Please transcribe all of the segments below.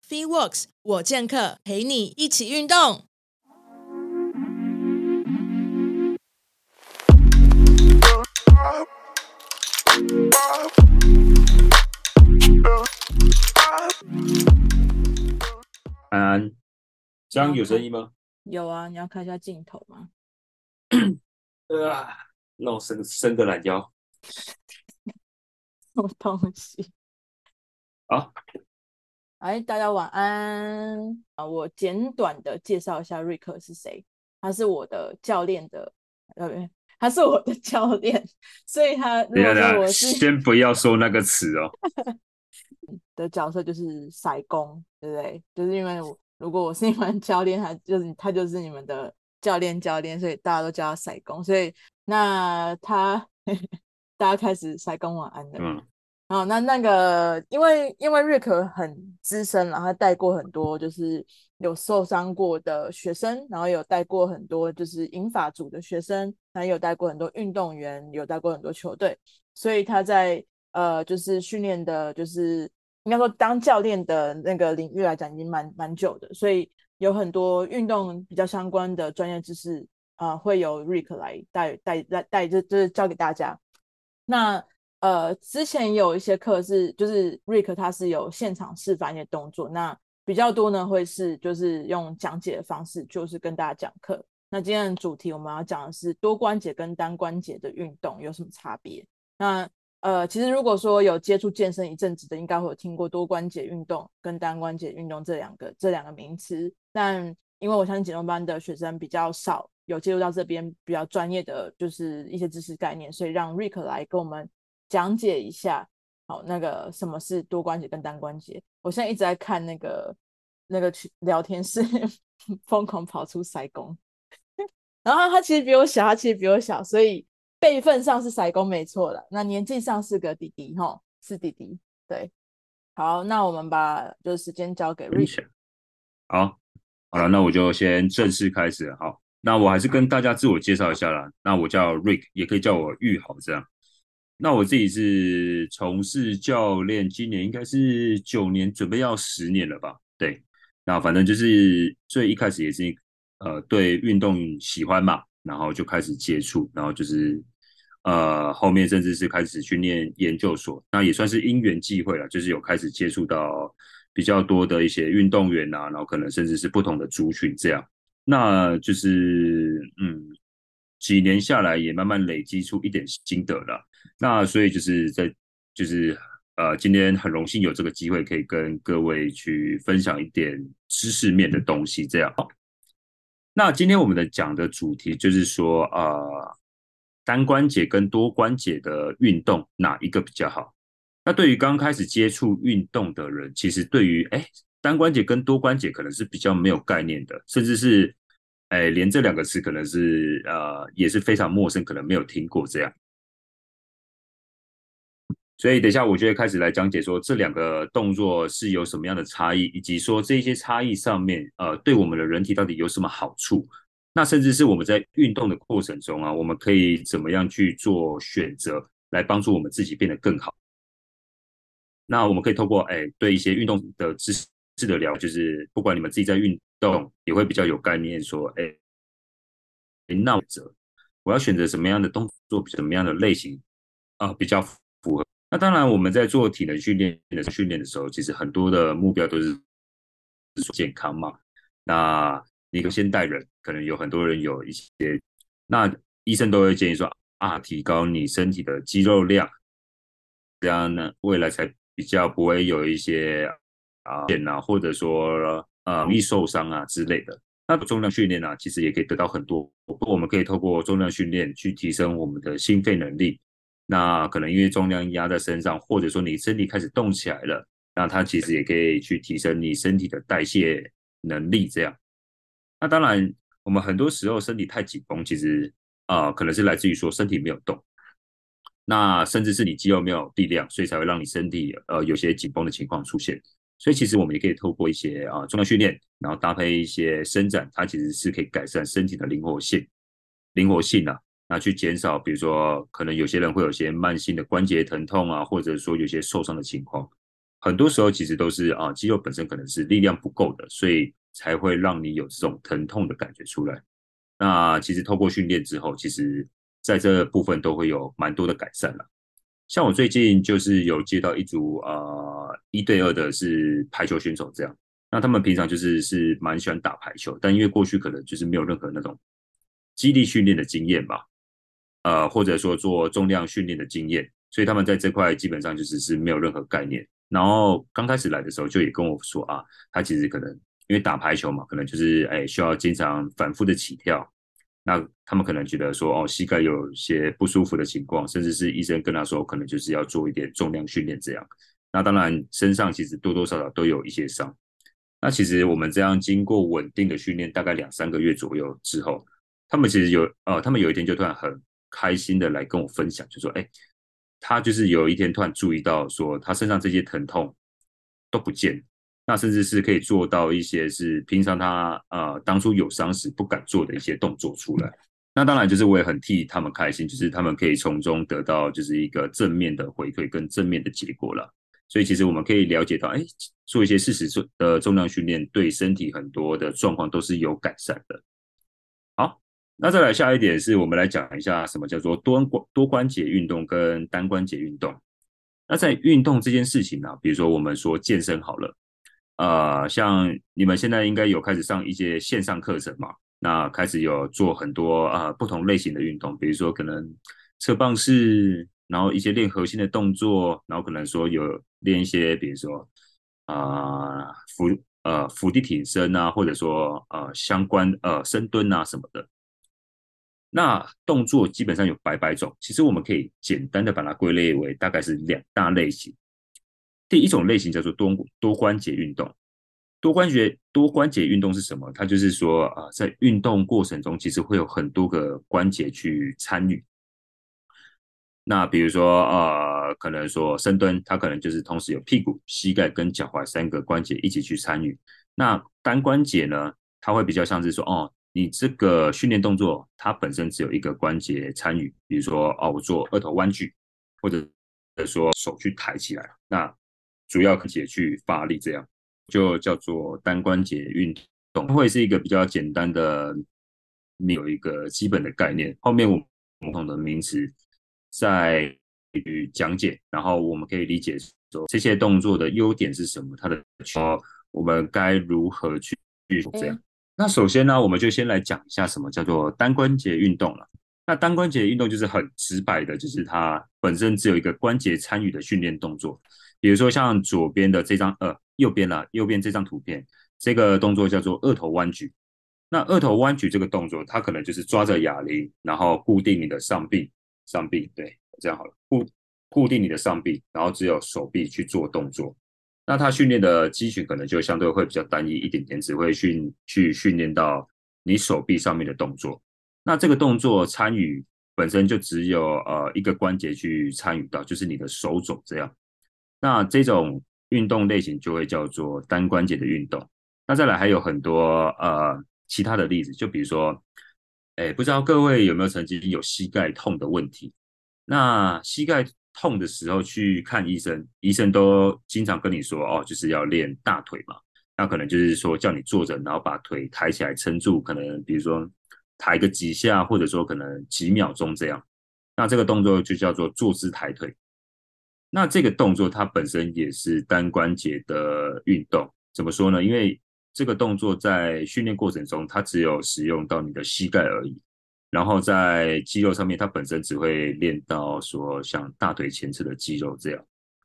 FitWorks 我健客陪你一起运动。 安安，这样有声音吗？ 有啊，你要看一下镜头吗？ 让我伸个懒腰。 什么东西？ 好， 大家晚安啊！我简短的介绍一下瑞克是谁，他是我的教练的，他是我的教练，所以他如果说我是先不要说那个词哦。 的角色就是塞工，对不对？就是因为如果我是你们教练，他就是你们的教练，所以大家都叫他塞工，所以那他大家开始塞工晚安了。然后那个因为瑞克很资深，然后他带过很多就是有受伤过的学生，然后有带过很多就是银发组的学生，他有带过很多运动员，有带过很多球队，所以他在就是训练的，就是应该说当教练的那个领域来讲，已经蛮久的，所以有很多运动比较相关的专业知识会由 Rick 来带，就是教给大家。那之前有一些课是就是 Rick 他是有现场示范一些动作，那比较多呢会是就是用讲解的方式，就是跟大家讲课。那今天的主题我们要讲的是多关节跟单关节的运动有什么差别。那其实如果说有接触健身一阵子的，应该会有听过多关节运动跟单关节运动这两个名词。但因为我相信减重班的学生比较少有接触到这边比较专业的就是一些知识概念，所以让 Rick 来跟我们讲解一下好那个什么是多关节跟单关节。我现在一直在看那个聊天室疯狂跑出塞工然后他其实比我小，所以辈分上是塞工没错了，那年纪上是个弟弟齁，是弟弟。对，好，那我们把就是时间交给 Rick。 好了，那我就先正式开始了。好，那我还是跟大家自我介绍一下啦。那我叫 Rick， 也可以叫我玉豪这样。那我自己是从事教练，今年应该是9年，准备要10年了吧？对，那反正就是最一开始也是对运动喜欢嘛，然后就开始接触，然后就是后面甚至是开始去念研究所，那也算是因缘际会了，就是有开始接触到比较多的一些运动员啊，然后可能甚至是不同的族群这样，那就是几年下来也慢慢累积出一点心得了。那所以就是今天很荣幸有这个机会可以跟各位去分享一点知识面的东西这样。那今天我们讲的主题就是说单关节跟多关节的运动哪一个比较好？那对于刚开始接触运动的人，其实对于单关节跟多关节可能是比较没有概念的，甚至是连这两个词可能是也是非常陌生，可能没有听过这样。所以等一下我就会开始来讲解说这两个动作是有什么样的差异，以及说这些差异上面对我们的人体到底有什么好处。那甚至是我们在运动的过程中啊，我们可以怎么样去做选择，来帮助我们自己变得更好。那我们可以透过对一些运动的知识的了解，就是不管你们自己在运动，也会比较有概念说，那我要选择什么样的动作，什么样的类型比较符合。那当然，我们在做体能训练的时候，其实很多的目标都是健康嘛。那你可先带人，可能有很多人有一些，那医生都会建议说提高你身体的肌肉量，这样呢，未来才比较不会有一些或者说容易受伤啊之类的。那重量训练啊，其实也可以得到很多。我们可以透过重量训练去提升我们的心肺能力。那可能因为重量压在身上，或者说你身体开始动起来了，那它其实也可以去提升你身体的代谢能力。这样，那当然，我们很多时候身体太紧绷，其实可能是来自于说身体没有动，那甚至是你肌肉没有力量，所以才会让你身体有些紧绷的情况出现。所以其实我们也可以透过一些重量训练，然后搭配一些伸展，它其实是可以改善身体的灵活性啊。那去减少，比如说可能有些人会有些慢性的关节疼痛啊，或者说有些受伤的情况， 很多时候其实都是肌肉本身可能是力量不够的，所以才会让你有这种疼痛的感觉出来。那其实透过训练之后，其实在这部分都会有蛮多的改善了。像我最近就是有接到一组1对2的是排球选手这样，那他们平常是蛮喜欢打排球，但因为过去可能就是没有任何那种肌力训练的经验吧，或者说做重量训练的经验，所以他们在这块基本上是没有任何概念。然后刚开始来的时候就也跟我说他其实可能因为打排球嘛，可能就是需要经常反复的起跳，那他们可能觉得说膝盖有些不舒服的情况，甚至是医生跟他说可能就是要做一点重量训练这样。那当然身上其实多多少少都有一些伤。那其实我们这样经过稳定的训练，大概2-3个月左右之后，他们其实他们有一天就突然很开心的来跟我分享，就说他就是有一天突然注意到说他身上这些疼痛都不见，那甚至是可以做到一些是平常他当初有伤时不敢做的一些动作出来。那当然就是我也很替他们开心，就是他们可以从中得到就是一个正面的回馈跟正面的结果了。所以其实我们可以了解到，做一些适时的重量训练，对身体很多的状况都是有改善的。好，那再来下一点是我们来讲一下什么叫做多关节运动跟单关节运动。那在运动这件事情呢，比如说我们说健身好了，像你们现在应该有开始上一些线上课程嘛，那开始有做很多不同类型的运动，比如说可能侧棒式，然后一些练核心的动作，然后可能说有练一些，比如说伏地挺身啊，或者说相关深蹲啊什么的。那动作基本上有百百种，其实我们可以简单的把它归类为大概是2大类型。第一种类型叫做多关节运动。多关节运动是什么？它就是说在运动过程中，其实会有很多个关节去参与。那比如说可能说深蹲，它可能就是同时有屁股、膝盖跟脚踝3个关节一起去参与。那单关节呢，它会比较像是说你这个训练动作它本身只有一个关节参与，比如说我做二头弯举，或者说手去抬起来，那主要关节去发力，这样就叫做单关节运动，会是一个比较简单的，有一个基本的概念，后面我们不同的名词再去讲解，然后我们可以理解说这些动作的优点是什么，它的我们该如何去这样。那首先呢，我们就先来讲一下什么叫做单关节运动了。那单关节运动就是很直白的，就是它本身只有一个关节参与的训练动作。比如说像左边的这张右边这张图片，这个动作叫做二头弯举。那二头弯举这个动作，它可能就是抓着哑铃，然后固定你的上臂，对，这样好了，固定你的上臂，然后只有手臂去做动作。那它训练的肌群可能就相对会比较单一一点点，只会去训练到你手臂上面的动作。那这个动作参与本身就只有一个关节去参与到，就是你的手肘这样。那这种运动类型就会叫做单关节的运动。那再来还有很多其他的例子，就比如说，不知道各位有没有曾经有膝盖痛的问题？那膝盖痛的时候去看医生，医生都经常跟你说就是要练大腿嘛。那可能就是说叫你坐着，然后把腿抬起来撑住，可能比如说抬个几下，或者说可能几秒钟这样。那这个动作就叫做坐姿抬腿。那这个动作它本身也是单关节的运动，怎么说呢？因为这个动作在训练过程中，它只有使用到你的膝盖而已，然后在肌肉上面，它本身只会练到说像大腿前侧的肌肉这样，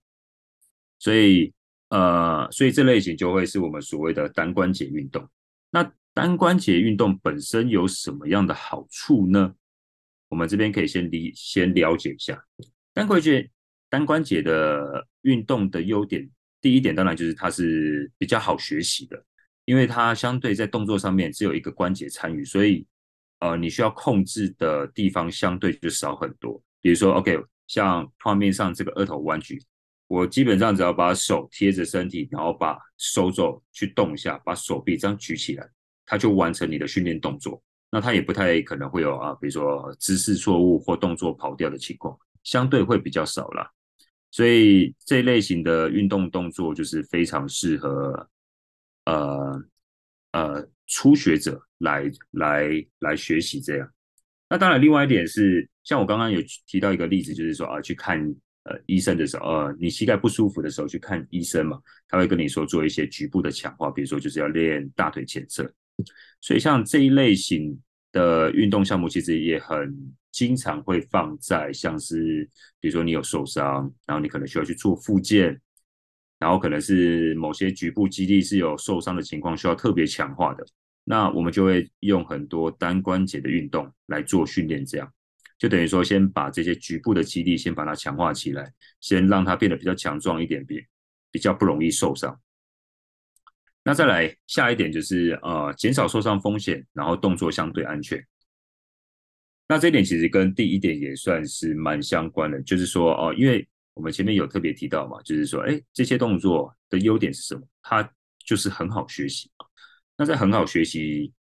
所以这类型就会是我们所谓的单关节运动。那单关节运动本身有什么样的好处呢？我们这边可以先了解一下单关节的运动的优点。第一点当然就是它是比较好学习的，因为它相对在动作上面只有一个关节参与，所以你需要控制的地方相对就少很多。比如说 OK， 像画面上这个二头弯举，我基本上只要把手贴着身体，然后把手肘去动一下，把手臂这样举起来，它就完成你的训练动作。那它也不太可能会有比如说姿势错误或动作跑掉的情况，相对会比较少啦。 所以这一类型的运动动作就是非常适合呃初学者来学习这样。那当然，另外一点是，像我刚刚有提到一个例子，就是说去看医生的时候，你膝盖不舒服的时候去看医生嘛，他会跟你说做一些局部的强化，比如说就是要练大腿前侧。所以像这一类型的运动项目，其实也很经常会放在像是，比如说你有受伤，然后你可能需要去做复健，然后可能是某些局部肌力是有受伤的情况，需要特别强化的。那我们就会用很多单关节的运动来做训练，这样就等于说先把这些局部的肌力先把它强化起来，先让它变得比较强壮一点，比较不容易受伤。那再来下一点就是减少受伤风险，然后动作相对安全。那这一点其实跟第一点也算是蛮相关的，就是说因为我们前面有特别提到嘛，就是说这些动作的优点是什么？它就是很好学习。那在很好学习，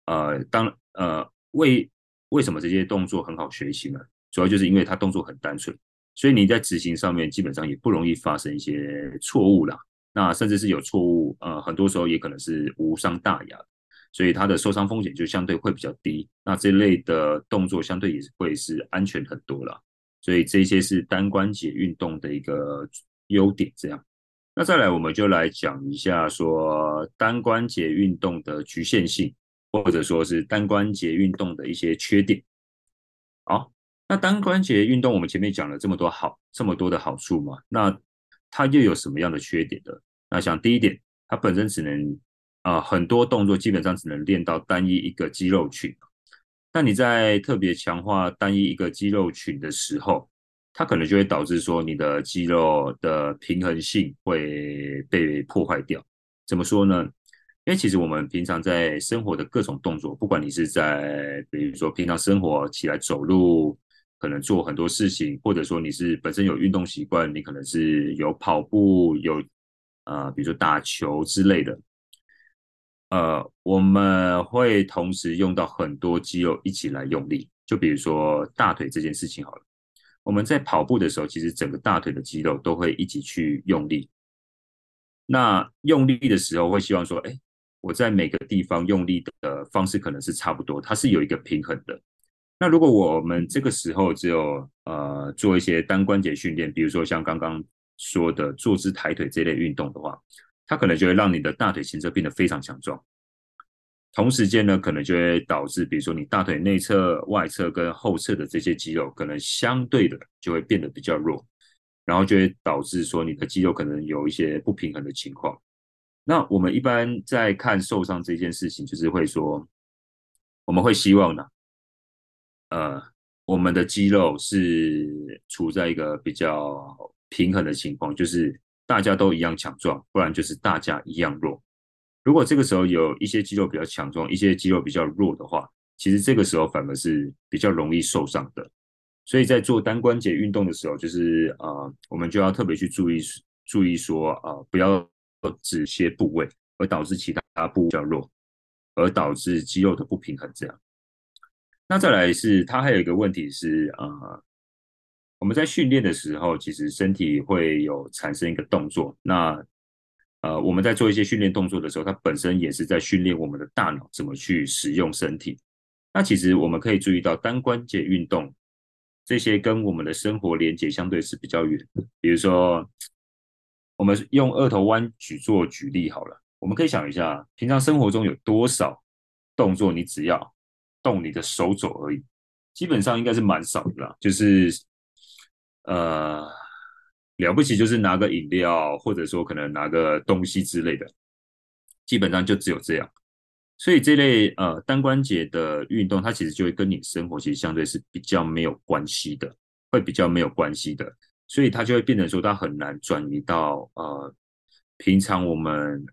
为什么这些动作很好学习呢？主要就是因为它动作很单纯，所以你在执行上面基本上也不容易发生一些错误啦。那甚至是有错误，很多时候也可能是无伤大雅，所以它的受伤风险就相对会比较低。那这类的动作相对也会是安全很多啦。所以这些是单关节运动的一个优点，这样。那再来，我们就来讲一下说单关节运动的局限性，或者说是单关节运动的一些缺点。好，那单关节运动我们前面讲了这么多的好处嘛，那它又有什么样的缺点呢？那像第一点，它本身只能很多动作基本上只能练到单一一个肌肉群。那你在特别强化单一一个肌肉群的时候，它可能就会导致说你的肌肉的平衡性会被破坏掉。怎么说呢？因为其实我们平常在生活的各种动作，不管你是在比如说平常生活起来走路，可能做很多事情，或者说你是本身有运动习惯，你可能是有跑步，有比如说打球之类的，我们会同时用到很多肌肉一起来用力。就比如说大腿这件事情好了，我们在跑步的时候，其实整个大腿的肌肉都会一起去用力。那用力的时候会希望说，我在每个地方用力的方式可能是差不多，它是有一个平衡的。那如果我们这个时候只有做一些单关节训练，比如说像刚刚说的坐姿抬腿这类运动的话，它可能就会让你的大腿前侧变得非常强壮。同时间呢，可能就会导致，比如说你大腿内侧、外侧跟后侧的这些肌肉，可能相对的就会变得比较弱，然后就会导致说你的肌肉可能有一些不平衡的情况。那我们一般在看受伤这件事情，就是会说，我们会希望呢，我们的肌肉是处在一个比较平衡的情况，就是大家都一样强壮，不然就是大家一样弱。如果这个时候有一些肌肉比较强壮，一些肌肉比较弱的话，其实这个时候反而是比较容易受伤的。所以在做单关节运动的时候，就是我们就要特别去注意说不要指些部位，而导致其他部位比较弱，而导致肌肉的不平衡这样。那再来是它还有一个问题是我们在训练的时候，其实身体会有产生一个动作，那我们在做一些训练动作的时候，它本身也是在训练我们的大脑怎么去使用身体。那其实我们可以注意到单关节运动这些跟我们的生活连接相对是比较远的。比如说，我们用二头弯举做举例好了，我们可以想一下，平常生活中有多少动作你只要动你的手肘而已，基本上应该是蛮少的啦。就是呃了不起就是拿个饮料，或者说可能拿个东西之类的，基本上就只有这样。所以这类单关节的运动，它其实就会跟你生活其实相对是比较没有关系的，会比较没有关系的，所以它就会变成说它很难转移到平常我们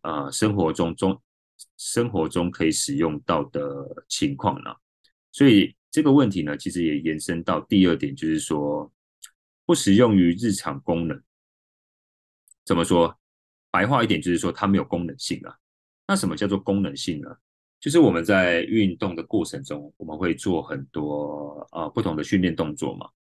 生活中可以使用到的情况啦。所以这个问题呢，其实也延伸到第二点，就是说不实用于日常功能。怎么说？白话一点就是说它没有功能性啊。那什么叫做功能性呢？就是我们在运动的过程中，我们会做很多不同的训练动作嘛。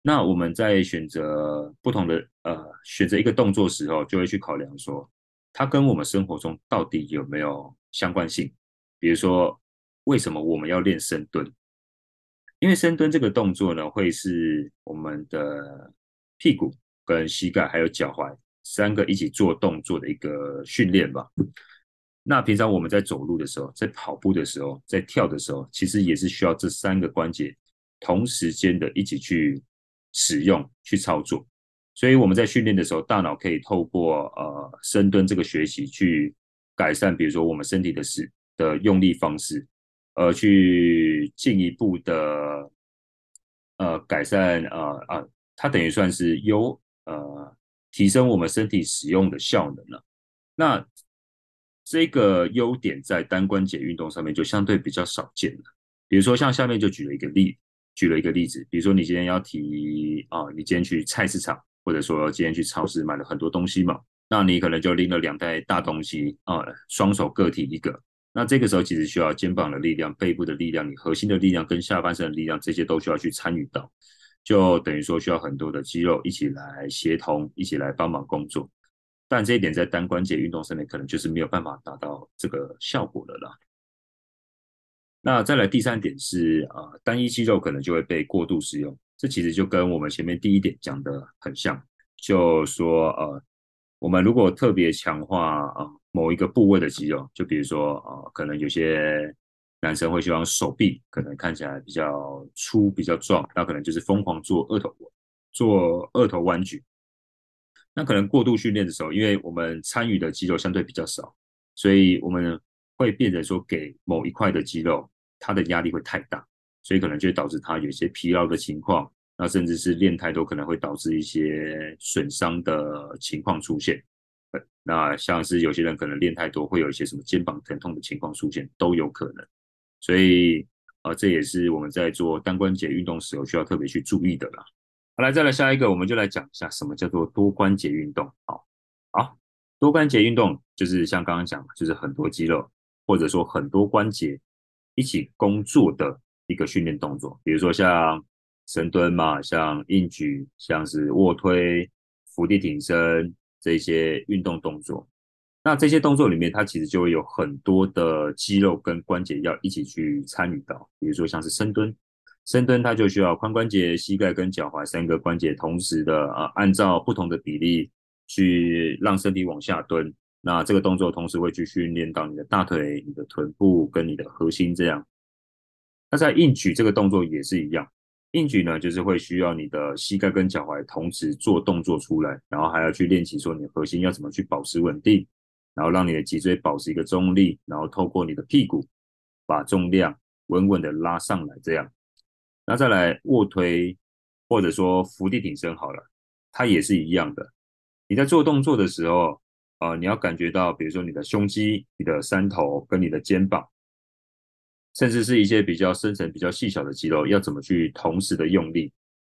那我们在选择不同的选择一个动作时候，就会去考量说，它跟我们生活中到底有没有相关性。比如说，为什么我们要练深蹲？因为深蹲这个动作呢，会是我们的屁股跟膝盖还有脚踝三个一起做动作的一个训练吧。那平常我们在走路的时候，在跑步的时候，在跳的时候，其实也是需要这三个关节同时间的一起去使用、去操作。所以我们在训练的时候，大脑可以透过深蹲这个学习去改善，比如说我们身体的用力方式，去进一步的改善它等于算是提升我们身体使用的效能了。那这个优点在单关节运动上面就相对比较少见了。比如说像下面就举了一个例子，比如说你今天要你今天去菜市场，或者说今天去超市买了很多东西嘛，那你可能就拎了两袋大东西双手各提一个。那这个时候其实需要肩膀的力量、背部的力量、你核心的力量跟下半身的力量，这些都需要去参与到，就等于说需要很多的肌肉一起来协同，一起来帮忙工作。但这一点在单关节运动上面可能就是没有办法达到这个效果的啦。那再来第三点是单一肌肉可能就会被过度使用，这其实就跟我们前面第一点讲的很像，就说我们如果特别强化某一个部位的肌肉，就比如说可能有些男生会希望手臂可能看起来比较粗比较壮，那可能就是疯狂做二头弯举。那可能过度训练的时候，因为我们参与的肌肉相对比较少，所以我们会变成说给某一块的肌肉，它的压力会太大，所以可能就会导致它有一些疲劳的情况，那甚至是练太多可能会导致一些损伤的情况出现。那像是有些人可能练太多，会有一些什么肩膀疼痛的情况出现，都有可能。所以这也是我们在做单关节运动时候需要特别去注意的啦。好，来再来下一个，我们就来讲一下什么叫做多关节运动。好，多关节运动就是像刚刚讲的，就是很多肌肉或者说很多关节一起工作的一个训练动作，比如说像深蹲嘛，像硬举，像是卧推、伏地挺身这些运动动作。那这些动作里面，它其实就会有很多的肌肉跟关节要一起去参与到，比如说像是深蹲，深蹲它就需要髋关节、膝盖跟脚踝三个关节同时的按照不同的比例去让身体往下蹲。那这个动作同时会去训练到你的大腿、你的臀部跟你的核心这样。那在硬举这个动作也是一样，硬举呢就是会需要你的膝盖跟脚踝同时做动作出来，然后还要去练习说你的核心要怎么去保持稳定，然后让你的脊椎保持一个中立，然后透过你的屁股把重量稳稳的拉上来这样。那再来卧推或者说伏地挺身好了，它也是一样的。你在做动作的时候，你要感觉到，比如说你的胸肌、你的三头跟你的肩膀，甚至是一些比较深层、比较细小的肌肉，要怎么去同时的用力。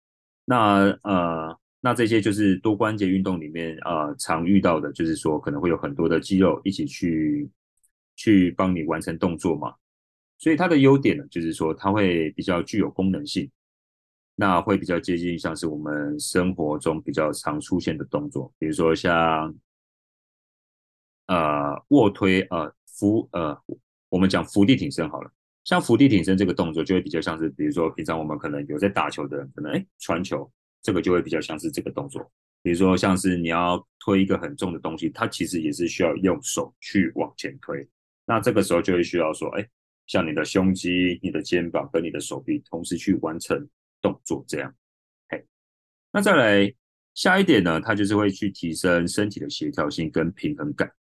那这些就是多关节运动里面常遇到的，就是说可能会有很多的肌肉一起去帮你完成动作嘛。所以它的优点呢，就是说它会比较具有功能性，那会比较接近像是我们生活中比较常出现的动作，比如说像卧推我们讲伏地挺身好了。像伏地挺身这个动作就会比较像是，比如说平常我们可能有在打球的人，可能传球，这个就会比较像是这个动作。比如说像是你要推一个很重的东西，它其实也是需要用手去往前推。那这个时候就会需要说，像你的胸肌、你的肩膀跟你的手臂同时去完成动作，这样。嘿，那再来下一点呢，它就是会去提升身体的协调性跟平衡感。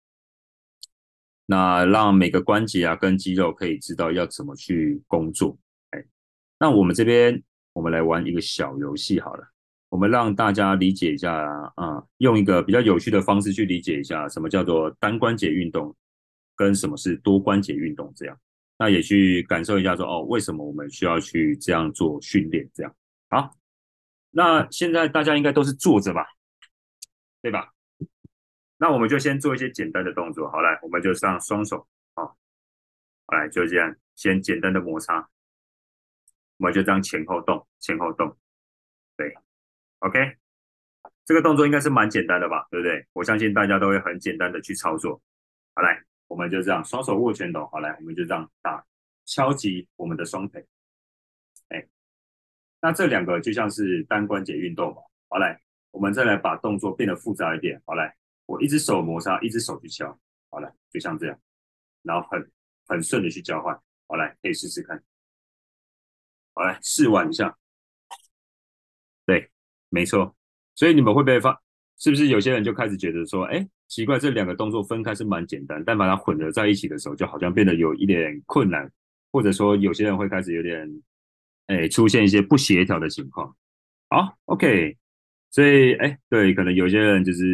那让每个关节跟肌肉可以知道要怎么去工作。那我们这边我们来玩一个小游戏好了，我们让大家理解一下用一个比较有趣的方式去理解一下什么叫做单关节运动，跟什么是多关节运动这样。那也去感受一下说为什么我们需要去这样做训练这样。好，那现在大家应该都是坐着吧，对吧？那我们就先做一些简单的动作。好，来，我们就上双手，好，来就这样，先简单的摩擦，我们就这样前后动，前后动。 对，OK，这个动作应该是蛮简单的吧，对不对？我相信大家都会很简单的去操作。好，来，我们就这样双手握拳头，好来，我们就这样敲击我们的双腿。哎，那这两个就像是单关节运动嘛。好来，我们再来把动作变得复杂一点。好来，我一只手摩擦，一只手去敲。好来，就像这样，然后很顺的去交换。好来，可以试试看。好来，试玩一下。对，没错。所以你们会不会是不是有些人就开始觉得说，哎，奇怪，这两个动作分开是蛮简单，但把它混合在一起的时候，就好像变得有一点困难，或者说有些人会开始有点，哎，出现一些不协调的情况。好，OK，所以，哎，对，可能有些人就是，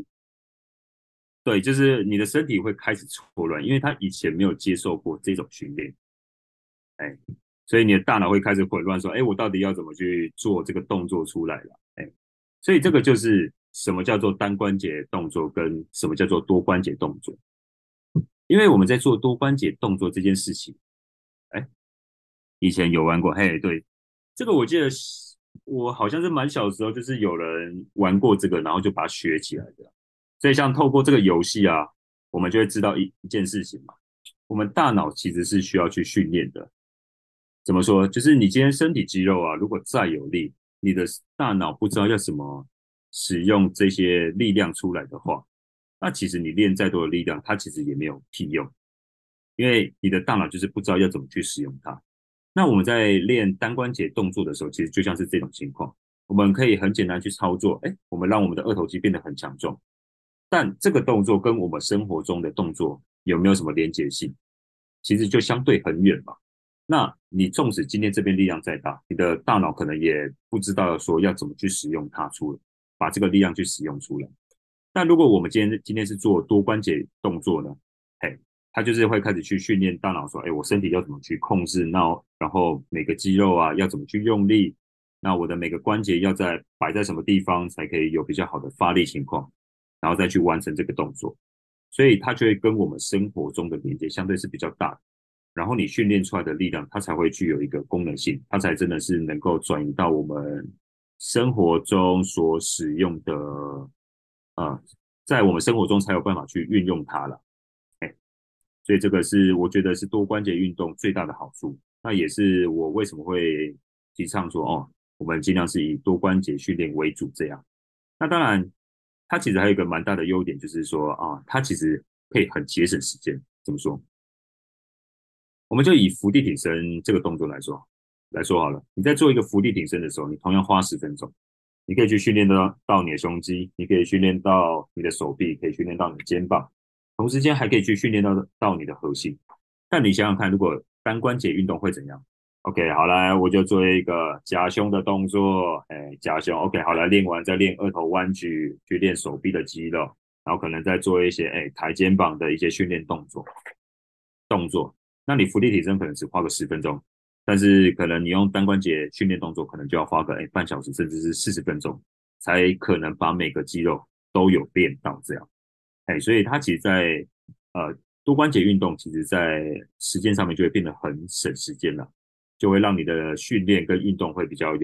对，就是你的身体会开始错乱，因为他以前没有接受过这种训练，哎，所以你的大脑会开始混乱，说，哎，我到底要怎么去做这个动作出来了？哎，所以这个就是什么叫做单关节动作，跟什么叫做多关节动作。因为我们在做多关节动作这件事情，哎，以前有玩过，嘿，对，这个我记得我好像是蛮小的时候，就是有人玩过这个，然后就把它学起来的。所以像透过这个游戏啊，我们就会知道一件事情嘛，我们大脑其实是需要去训练的。怎么说？就是你今天身体肌肉啊，如果再有力，你的大脑不知道要怎么使用这些力量出来的话，那其实你练再多的力量，它其实也没有屁用，因为你的大脑就是不知道要怎么去使用它。那我们在练单关节动作的时候，其实就像是这种情况，我们可以很简单去操作，哎，我们让我们的二头肌变得很强壮，但这个动作跟我们生活中的动作有没有什么连结性？其实就相对很远嘛。那你纵使今天这边力量再大，你的大脑可能也不知道说要怎么去使用它把这个力量去使用出来。那如果我们今天是做多关节动作呢？嘿，他就是会开始去训练大脑说，哎，我身体要怎么去控制，那然后每个肌肉啊要怎么去用力，那我的每个关节要摆在什么地方才可以有比较好的发力情况，然后再去完成这个动作。所以它就会跟我们生活中的连接相对是比较大的。然后你训练出来的力量，它才会具有一个功能性，它才真的是能够转移到我们生活中所使用的，在我们生活中才有办法去运用它了。哎，所以这个是我觉得是多关节运动最大的好处。那也是我为什么会提倡说，哦，我们尽量是以多关节训练为主这样。那当然，它其实还有一个蛮大的优点，就是说啊，它其实可以很节省时间。怎么说？我们就以伏地挺身这个动作来说好了。你在做一个伏地挺身的时候，你同样花10分钟，你可以去训练到你的胸肌，你可以训练到你的手臂，可以训练到你的肩膀，同时间还可以去训练到你的核心。但你想想看，如果单关节运动会怎样？OK，好来，我就做一个夹胸的动作，哎，夹胸，OK，好来，练完再练二头弯举，去练手臂的肌肉，然后可能再做一些抬肩膀的一些训练动作。那你伏地挺身可能只花个10分钟，但是可能你用单关节训练动作，可能就要花个半小时，甚至是40分钟，才可能把每个肌肉都有练到这样。所以它其实在多关节运动，其实在时间上面就会变得很省时间了，就会让你的训练跟运动会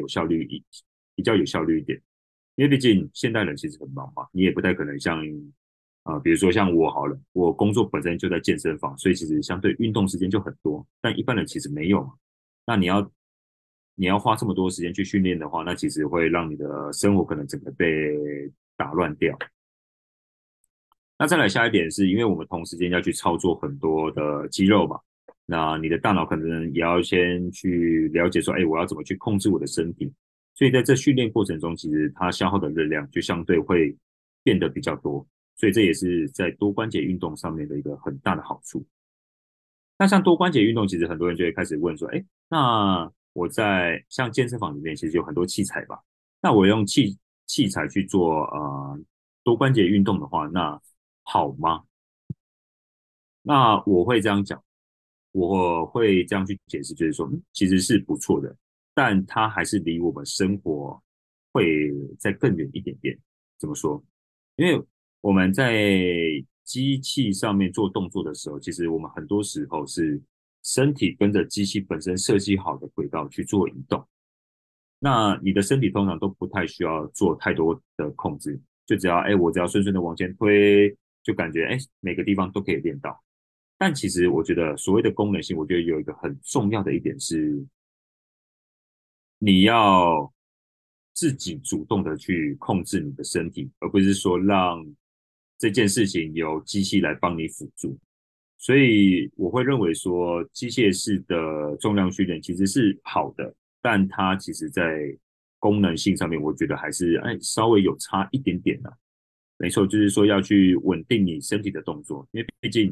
比较有效率一点。因为毕竟现代人其实很忙嘛，你也不太可能像比如说像我好了，我工作本身就在健身房，所以其实相对运动时间就很多，但一般人其实没有嘛。那你要花这么多时间去训练的话，那其实会让你的生活可能整个被打乱掉。那再来下一点是，因为我们同时间要去操作很多的肌肉嘛，那你的大脑可能也要先去了解说，哎，我要怎么去控制我的身体。所以在这训练过程中，其实它消耗的热量就相对会变得比较多。所以这也是在多关节运动上面的一个很大的好处。那像多关节运动，其实很多人就会开始问说，哎，那我在像健身房里面其实有很多器材吧？那我用器材去做多关节运动的话，那好吗？那我会这样讲，我会这样去解释，就是说，其实是不错的，但它还是离我们生活会再更远一点点。怎么说？因为我们在机器上面做动作的时候，其实我们很多时候是身体跟着机器本身设计好的轨道去做移动。 那你的身体通常都不太需要做太多的控制，就只要我只要顺顺的往前推，就感觉每个地方都可以练到。但其实我觉得所谓的功能性，我觉得有一个很重要的一点是，你要自己主动的去控制你的身体，而不是说让这件事情由机器来帮你辅助。所以我会认为说，机械式的重量训练其实是好的，但它其实在功能性上面，我觉得还是稍微有差一点点的。没错，就是说要去稳定你身体的动作，因为毕竟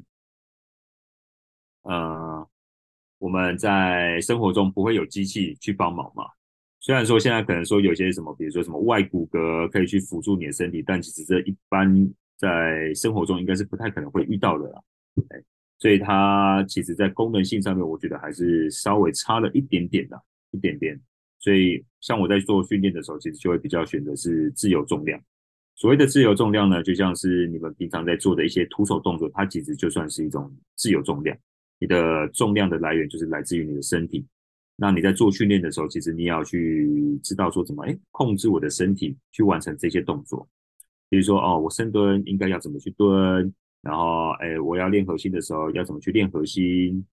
呃我们在生活中不会有机器去帮忙嘛。虽然说现在可能说有些什么，比如说什么外骨骼可以去辅助你的身体，但其实这一般在生活中应该是不太可能会遇到的啦。所以它其实在功能性上面，我觉得还是稍微差了一点点的，一点点。所以像我在做训练的时候，其实就会比较选择是自由重量。所谓的自由重量呢，就像是你们平常在做的一些徒手动作，它其实就算是一种自由重量。你的重量的来源就是来自于你的身体。那你在做训练的时候，其实你也要去知道说怎么控制我的身体去完成这些动作。比如说我深蹲应该要怎么去蹲，然后我要练核心的时候要怎么去练核心。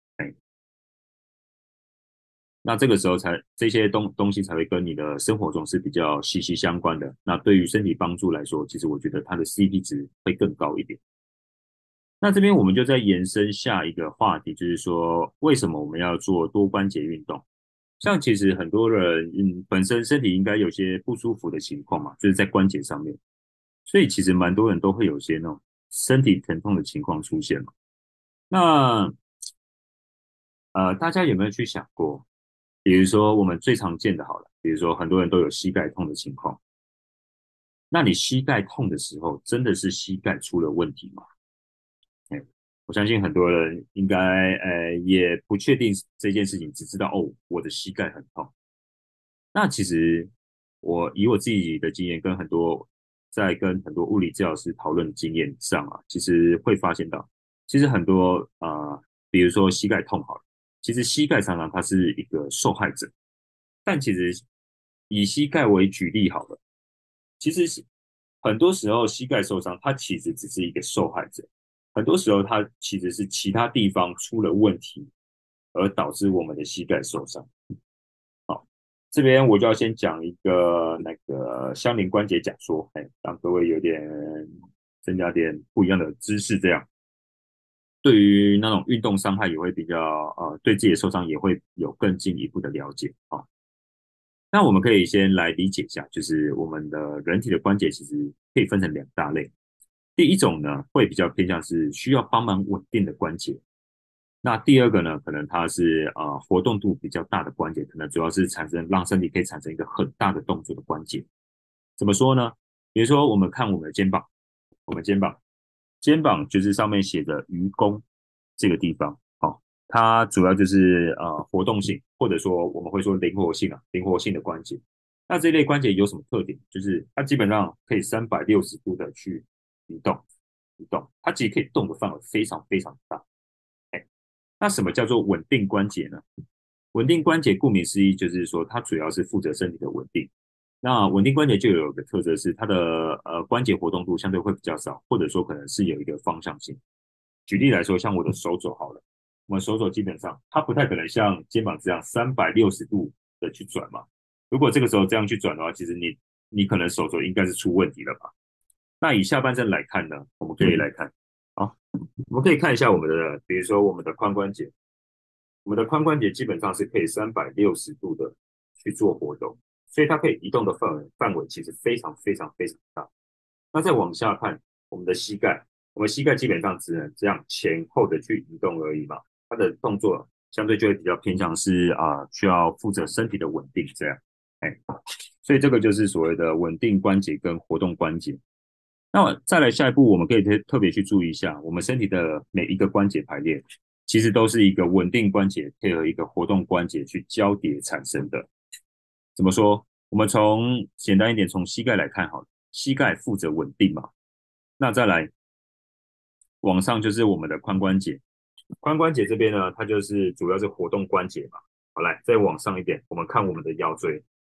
那这个时候这些东西才会跟你的生活中是比较息息相关的。那对于身体帮助来说，其实我觉得它的 CP 值会更高一点。那这边我们就在延伸下一个话题，就是说为什么我们要做多关节运动？像其实很多人本身身体应该有些不舒服的情况嘛，就是在关节上面，所以其实蛮多人都会有些那种身体疼痛的情况出现嘛。那大家有没有去想过，比如说我们最常见的好了，比如说很多人都有膝盖痛的情况，那你膝盖痛的时候，真的是膝盖出了问题吗？我相信很多人应该也不确定这件事情，只知道我的膝盖很痛。那其实以我自己的经验跟很多物理治疗师讨论的经验上啊，其实会发现到，其实很多比如说膝盖痛好了，其实膝盖常常它是一个受害者，但其实以膝盖为举例好了，其实很多时候膝盖受伤，它其实只是一个受害者，很多时候它其实是其他地方出了问题，而导致我们的膝盖受伤。好，这边我就要先讲一个那个相邻关节假说，让各位有点增加点不一样的知识，这样对于那种运动伤害也会比较对自己的受伤也会有更进一步的了解啊。那我们可以先来理解一下，就是我们的人体的关节其实可以分成两大类。第一种呢，会比较偏向是需要帮忙稳定的关节。那第二个呢，可能它是活动度比较大的关节，可能主要是让身体可以产生一个很大的动作的关节。怎么说呢？比如说我们看我们的肩膀，我们肩膀就是上面写的鱼弓这个地方，它主要就是活动性，或者说我们会说灵活性的关节。那这类关节有什么特点？就是它基本上可以360度的去移动，它其实可以动的范围非常非常大。那什么叫做稳定关节呢？稳定关节顾名思义就是说它主要是负责身体的稳定。那稳定关节就有一个特色是它的关节活动度相对会比较少，或者说可能是有一个方向性。举例来说，像我的手肘好了，我们手肘基本上它不太可能像肩膀这样360度的去转嘛。如果这个时候这样去转的话，其实你可能手肘应该是出问题了吧？那以下半身来看呢，我们可以来看，好，我们可以看一下我们的，比如说我们的髋关节，我们的髋关节基本上是可以360度的去做活动，所以它可以移动的范围其实非常非常非常大。那再往下看我们的膝盖，我们膝盖基本上只能这样前后的去移动而已嘛，它的动作相对就会比较偏向是需要负责身体的稳定这样，所以这个就是所谓的稳定关节跟活动关节。那再来下一步，我们可以特别去注意一下，我们身体的每一个关节排列，其实都是一个稳定关节配合一个活动关节去交叠产生的。怎么说？我们简单一点，从膝盖来看好了，膝盖负责稳定嘛。那再来往上就是我们的髋关节，髋关节这边呢，它就是主要是活动关节嘛。好，来再往上一点，我们看我们的腰椎，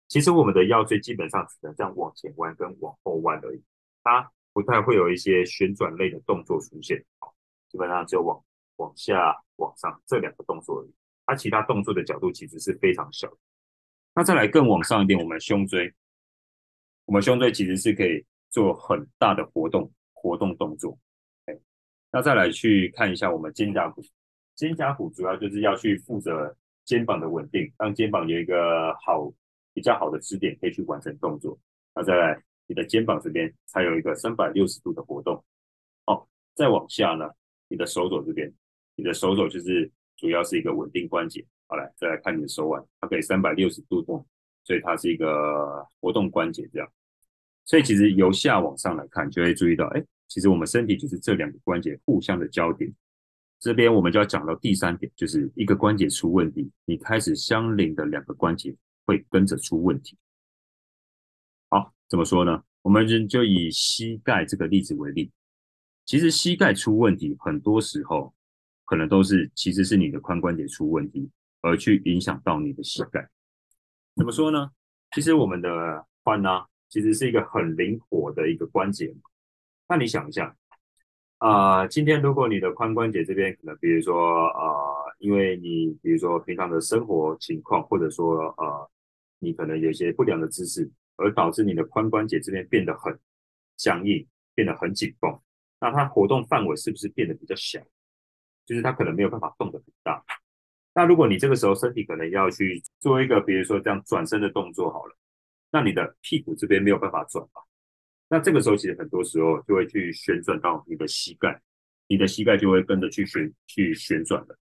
其实我们的腰椎基本上只能这样往前弯跟往后弯而已，它不太会有一些旋转类的动作出现，基本上只有往下、往上这两个动作而已。它其他动作的角度其实是非常小的。那再来更往上一点，我们胸椎其实是可以做很大的活动动作。那再来去看一下我们肩胛骨，肩胛骨主要就是要去负责肩膀的稳定，让肩膀有一个比较好的支点可以去完成动作。那再来，你的肩膀这边才有一个360度的活动。哦，再往下呢，你的手肘这边，你的手肘就是主要是一个稳定关节。好来，再来看你的手腕，它可以360度动，所以它是一个活动关节这样。所以其实由下往上来看，就会注意到，其实我们身体就是这两个关节互相的交点。这边我们就要讲到第三点，就是一个关节出问题，你开始相邻的两个关节会跟着出问题。好，怎么说呢？我们就以膝盖这个例子为例，其实膝盖出问题，很多时候可能其实是你的髋关节出问题，而去影响到你的膝盖。怎么说呢？其实我们的髋呢，其实是一个很灵活的一个关节。那你想一下，今天如果你的髋关节这边可能，比如说因为你比如说平常的生活情况，或者说你可能有一些不良的姿势，而导致你的髋关节这边变得很僵硬，变得很紧绷，那它活动范围是不是变得比较小？就是它可能没有办法动得很大。那如果你这个时候身体可能要去做一个，比如说这样转身的动作好了，那你的屁股这边没有办法转吧？那这个时候其实很多时候就会去旋转到你的膝盖，你的膝盖就会跟着去旋转了。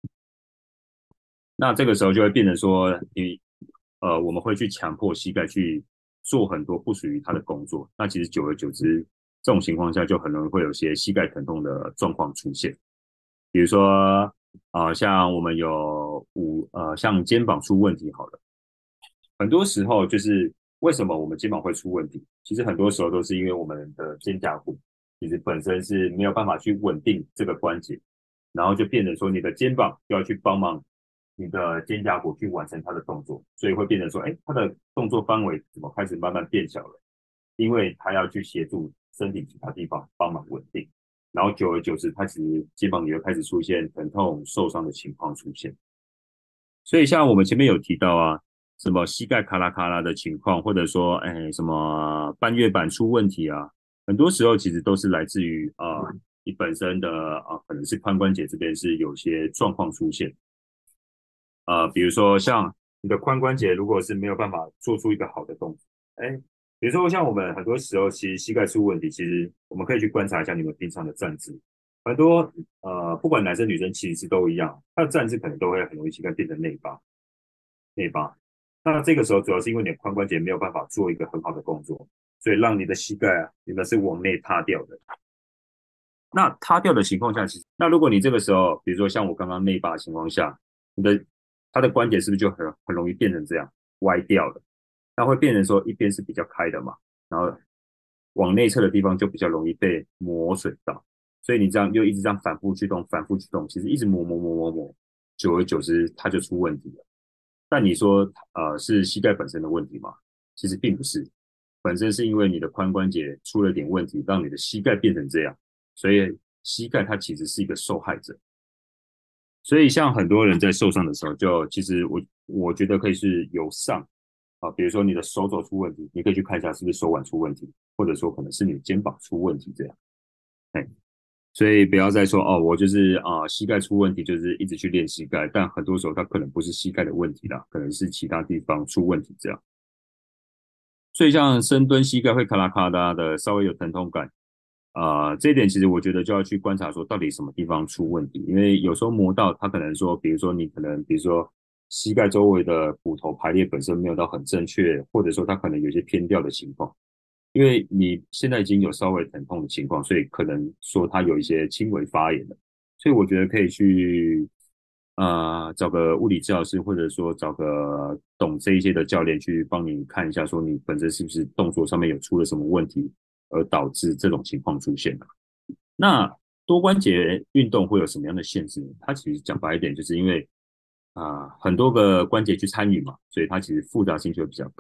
那这个时候就会变成说我们会去强迫膝盖去做很多不属于它的工作。那其实久而久之，这种情况下就很容易会有些膝盖疼痛的状况出现。比如说像我们像肩膀出问题好了，很多时候就是为什么我们肩膀会出问题？其实很多时候都是因为我们的肩胛骨其实本身是没有办法去稳定这个关节，然后就变成说你的肩膀就要去帮忙你的肩胛骨去完成它的动作，所以会变成说，它的动作范围怎么开始慢慢变小了？因为它要去协助身体其他地方帮忙稳定，然后久而久之，它其实肩膀也会开始出现疼痛、受伤的情况出现。所以像我们前面有提到什么膝盖卡拉卡拉的情况，或者说什么半月板出问题啊，很多时候其实都是来自于你本身的可能是髋关节这边是有些状况出现。比如说像你的髋关节如果是没有办法做出一个好的动作，比如说像我们很多时候其实膝盖出问题，其实我们可以去观察一下你们平常的站姿，很多不管男生女生其实都一样，他的站姿可能都会很容易膝盖变成内八。那这个时候主要是因为你的髋关节没有办法做一个很好的工作，所以让你的膝盖原本是往内塌掉的。那塌掉的情况下，那如果你这个时候，比如说像我刚刚内八的情况下，它的关节是不是就很容易变成这样歪掉了？那会变成说一边是比较开的嘛，然后往内侧的地方就比较容易被磨损到，所以你这样就一直这样反复去动，其实一直磨，久而久之它就出问题了。但你说是膝盖本身的问题吗？其实并不是，本身是因为你的髋关节出了点问题，让你的膝盖变成这样，所以膝盖它其实是一个受害者。所以像很多人在受伤的时候，其实我觉得可以是由上比如说你的手肘出问题，你可以去看一下是不是手腕出问题，或者说可能是你的肩膀出问题这样。所以不要再说我就是膝盖出问题，就是一直去练膝盖，但很多时候它可能不是膝盖的问题啦，可能是其他地方出问题这样。所以像深蹲膝盖会咔啦咔啦的，稍微有疼痛感，这一点其实我觉得就要去观察说到底什么地方出问题，因为有时候磨到它可能说，比如说膝盖周围的骨头排列本身没有到很正确，或者说它可能有些偏掉的情况。因为你现在已经有稍微疼痛的情况，所以可能说它有一些轻微发炎了，所以我觉得可以去找个物理治疗师，或者说找个懂这一些的教练去帮你看一下，说你本身是不是动作上面有出了什么问题，而导致这种情况出现了。那多关节运动会有什么样的限制呢？它其实讲白一点，就是因为很多个关节去参与嘛，所以它其实复杂性就会比较高。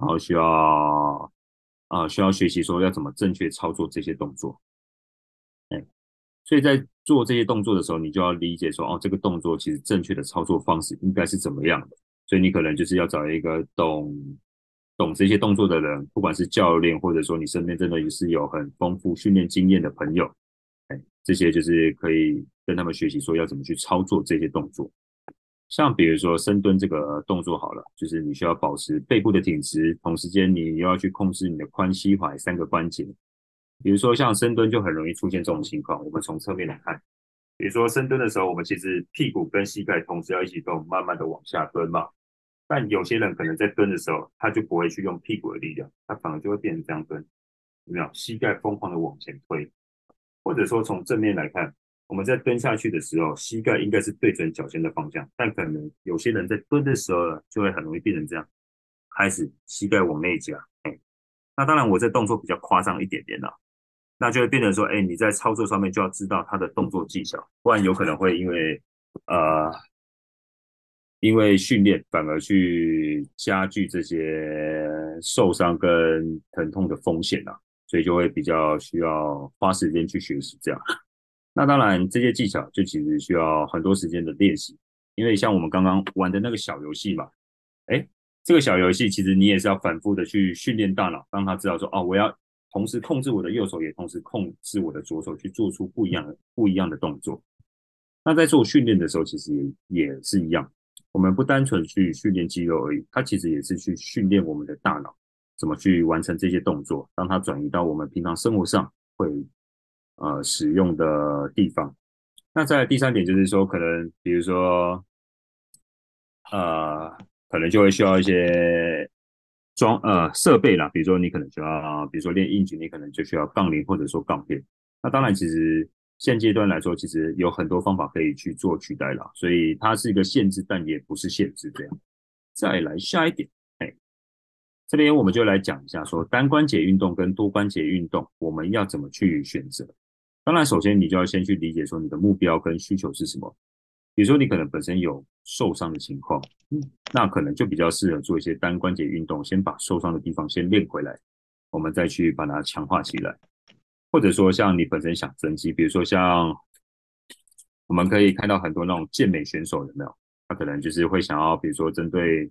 然后需要学习说要怎么正确操作这些动作。所以在做这些动作的时候，你就要理解说，哦，这个动作其实正确的操作方式应该是怎么样的。所以你可能就是要找一个懂这些动作的人，不管是教练，或者说你身边真的也是有很丰富训练经验的朋友，这些就是可以跟他们学习说要怎么去操作这些动作。像比如说深蹲这个动作好了，就是你需要保持背部的挺直，同时间你又要去控制你的髋、膝、踝三个关节。比如说像深蹲就很容易出现这种情况，我们从侧面来看，比如说深蹲的时候，我们其实屁股跟膝盖同时要一起动，慢慢的往下蹲嘛。但有些人可能在蹲的时候，他就不会去用屁股的力量，他反而就会变成这样蹲，有没有？膝盖疯狂的往前推，或者说从正面来看，我们在蹲下去的时候，膝盖应该是对准脚尖的方向，但可能有些人在蹲的时候呢，就会很容易变成这样，开始膝盖往内夹。那当然，我这动作比较夸张一点点啦，那就会变成说，你在操作上面就要知道他的动作技巧，不然有可能会呃因为训练反而去加剧这些受伤跟疼痛的风险啊，所以就会比较需要花时间去学习这样。那当然，这些技巧就其实需要很多时间的练习，因为像我们刚刚玩的那个小游戏嘛，哎，这个小游戏其实你也是要反复的去训练大脑，让他知道说，哦，我要同时控制我的右手，也同时控制我的左手，去做出不一样的动作。那在做训练的时候，其实也是一样，我们不单纯去训练肌肉而已，它其实也是去训练我们的大脑，怎么去完成这些动作，让它转移到我们平常生活上会使用的地方。那在第三点就是说，可能比如说呃，可能就会需要一些设备啦，比如说你可能需要，比如说练硬举，你可能就需要杠铃或者说杠片。那当然，其实现阶段来说，其实有很多方法可以去做取代啦，所以它是一个限制，但也不是限制这样。再来下一点，哎，这边我们就来讲一下说单关节运动跟多关节运动，我们要怎么去选择。当然，首先你就要先去理解说你的目标跟需求是什么。比如说你可能本身有受伤的情况，那可能就比较适合做一些单关节运动，先把受伤的地方先练回来，我们再去把它强化起来。或者说像你本身想增肌，比如说像我们可以看到很多那种健美选手有没有？他可能就是会想要，比如说针对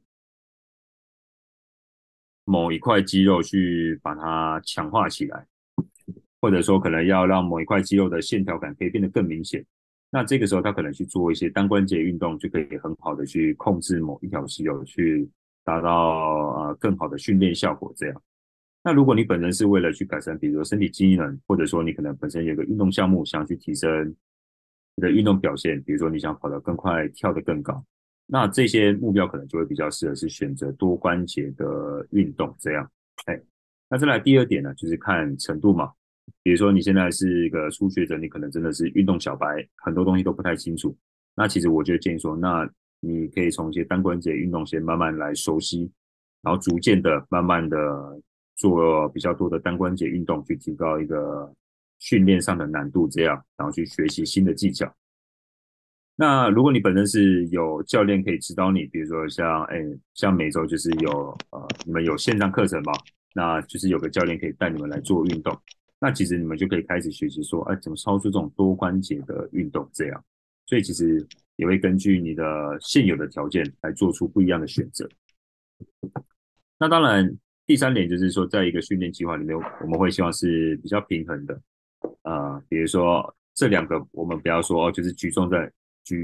某一块肌肉去把它强化起来，或者说可能要让某一块肌肉的线条感可以变得更明显。那这个时候他可能去做一些单关节运动，就可以很好的去控制某一条肌肉，去达到更好的训练效果。这样，那如果你本身是为了去改善，比如说身体机能，或者说你可能本身有个运动项目想去提升你的运动表现，比如说你想跑得更快、跳得更高，那这些目标可能就会比较适合是选择多关节的运动。这样，哎，那再来第二点呢，就是看程度嘛。比如说你现在是一个初学者，你可能真的是运动小白，很多东西都不太清楚。那其实我就建议说，那你可以从一些单关节运动先慢慢来熟悉，然后逐渐的、慢慢的做比较多的单关节运动，去提高一个训练上的难度，这样，然后去学习新的技巧。那如果你本身是有教练可以指导你，比如说像每周就是你们有线上课程嘛，那就是有个教练可以带你们来做运动。那其实你们就可以开始学习说，怎么操作这种多关节的运动这样。所以其实也会根据你的现有的条件来做出不一样的选择。那当然，第三点就是说，在一个训练计划里面，我们会希望是比较平衡的。比如说这两个，我们不要说就是集中在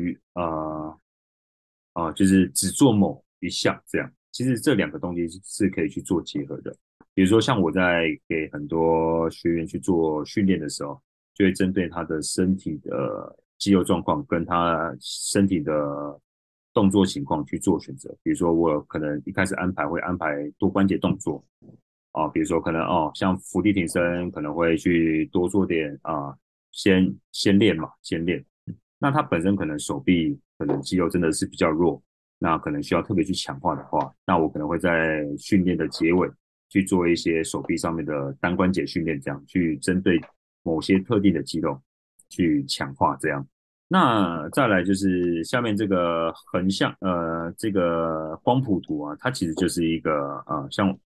就是只做某一项这样。其实这两个东西是可以去做结合的。比如说像我在给很多学员去做训练的时候，就会针对他的身体的肌肉状况跟他身体的动作情况去做选择。比如说我可能一开始会安排多关节动作比如说可能像伏地挺身可能会去多做点先练嘛，先练。那他本身可能手臂可能肌肉真的是比较弱，那可能需要特别去强化的话，那我可能会在训练的结尾去做一些手臂上面的单关节训练，这样去针对某些特定的肌肉去强化这样。那再来就是下面这个横向这个光谱图啊，它其实就是一个像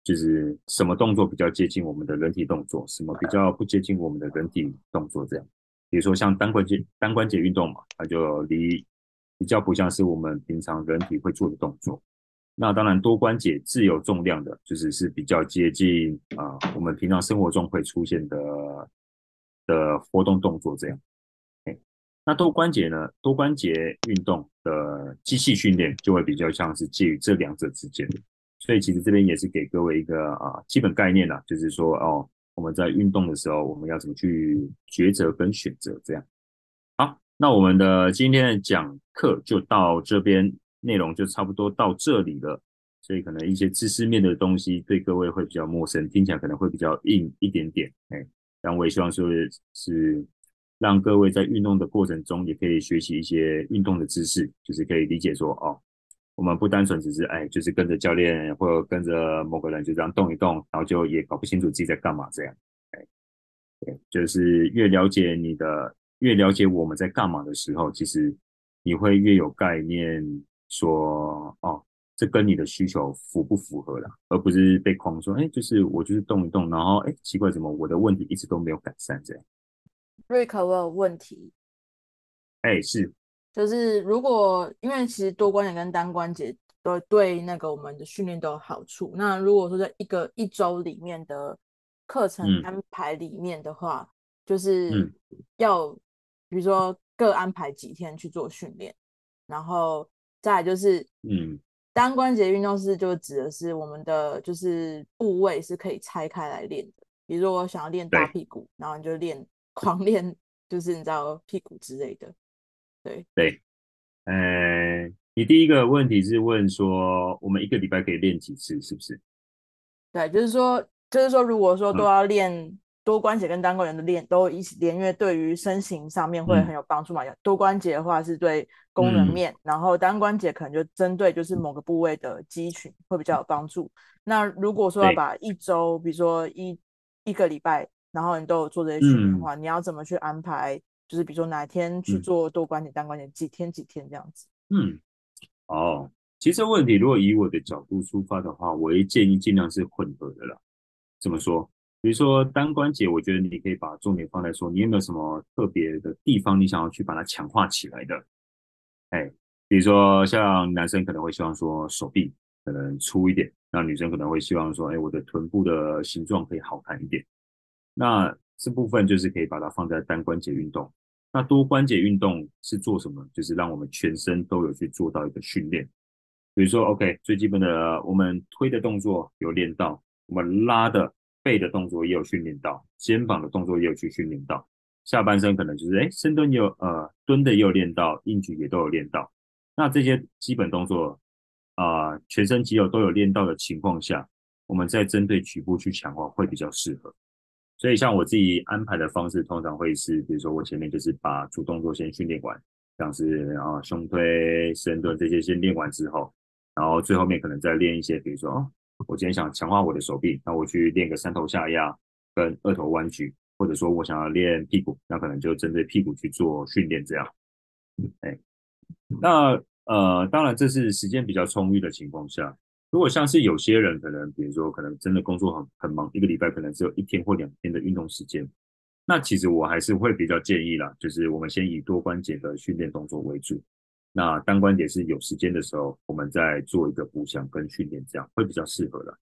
就是什么动作比较接近我们的人体动作，什么比较不接近我们的人体动作这样。比如说像单关节运动嘛，它就比较不像是我们平常人体会做的动作。那当然多关节自由重量的，是比较接近我们平常生活中会出现的活动动作这样。那多关节呢？多关节运动的机器训练就会比较像是介于这两者之间的，所以其实这边也是给各位一个基本概念啦，就是说我们在运动的时候，我们要怎么去抉择跟选择这样。好，那我们的今天的讲课就到这边，内容就差不多到这里了。所以可能一些知识面的东西对各位会比较陌生，听起来可能会比较硬一点点，但我也希望说是让各位在运动的过程中也可以学习一些运动的知识，就是可以理解说我们不单纯只是就是跟着教练或者跟着某个人就这样动一动，然后就也搞不清楚自己在干嘛这样。对，就是越了解我们在干嘛的时候，其实你会越有概念说这跟你的需求符不符合啦，而不是被框说就是我就是动一动，然后奇怪怎么我的问题一直都没有改善这样。 瑞克，我有问题， 是。 就是如果因为其实多关节跟单关节都对那个我们的训练都有好处，那如果说在一周里面的课程嗯安排里面的话，就是嗯要比如说各安排几天去做训练，然后再来就是嗯， 单关节运动就指的是我们的就是部位是可以拆开来练的，比如说我想要练大对屁股，然后你就狂练，就是你知道屁股之类的，对。 对。你第一个问题是问说我们一个礼拜可以练几次，是不是？ 对，就是说，如果说都嗯要练多关节跟单关节的都一起练，因为对于身形上面会很嗯有帮助嘛。多关节的话是对功能嗯面，然后单关节可能就针对就是某个部位的肌群会比较有帮助。那如果说要对。 把一周，比如说一个礼拜，然后你都有做这些训练的嗯话，你要怎么去安排？就是比如说哪一天去嗯做多关节、单关节，几天几天这样子。 嗯。其实问题如果以我的角度出发的话，我会建议尽量是混合的啦。怎么说？比如说单关节，我觉得你可以把重点放在说，你有没有什么特别的地方，你想要去把它强化起来的？哎，比如说像男生可能会希望说手臂可能粗一点，那女生可能会希望说，我的臀部的形状可以好看一点。那这部分就是可以把它放在单关节运动。那多关节运动是做什么？就是让我们全身都有去做到一个训练。比如说，OK，最基本的我们推的动作有练到，我们拉的背的动作也有训练到，肩膀的动作也有去训练到，下半身可能就是深蹲也有蹲的也有练到，硬举也都有练到。那这些基本动作全身肌肉都有练到的情况下，我们再针对局部去强化会比较适合。所以像我自己安排的方式，通常会是，比如说我前面就是把主动作先训练完，像是胸推、深蹲这些先练完之后，然后最后面可能再练一些，比如说我今天想强化我的手臂，那我去练个三头下压跟二头弯举，或者说我想要练屁股，那可能就针对屁股去做训练这样。哎，那当然这是时间比较充裕的情况下，如果像是有些人可能，比如说可能真的工作很忙，一个礼拜可能只有1天或2天的运动时间，那其实我还是会比较建议啦，就是我们先以多关节的训练动作为主，那单关节是有时间的时候，我们再做一个补强跟训练，这样会比较适合的。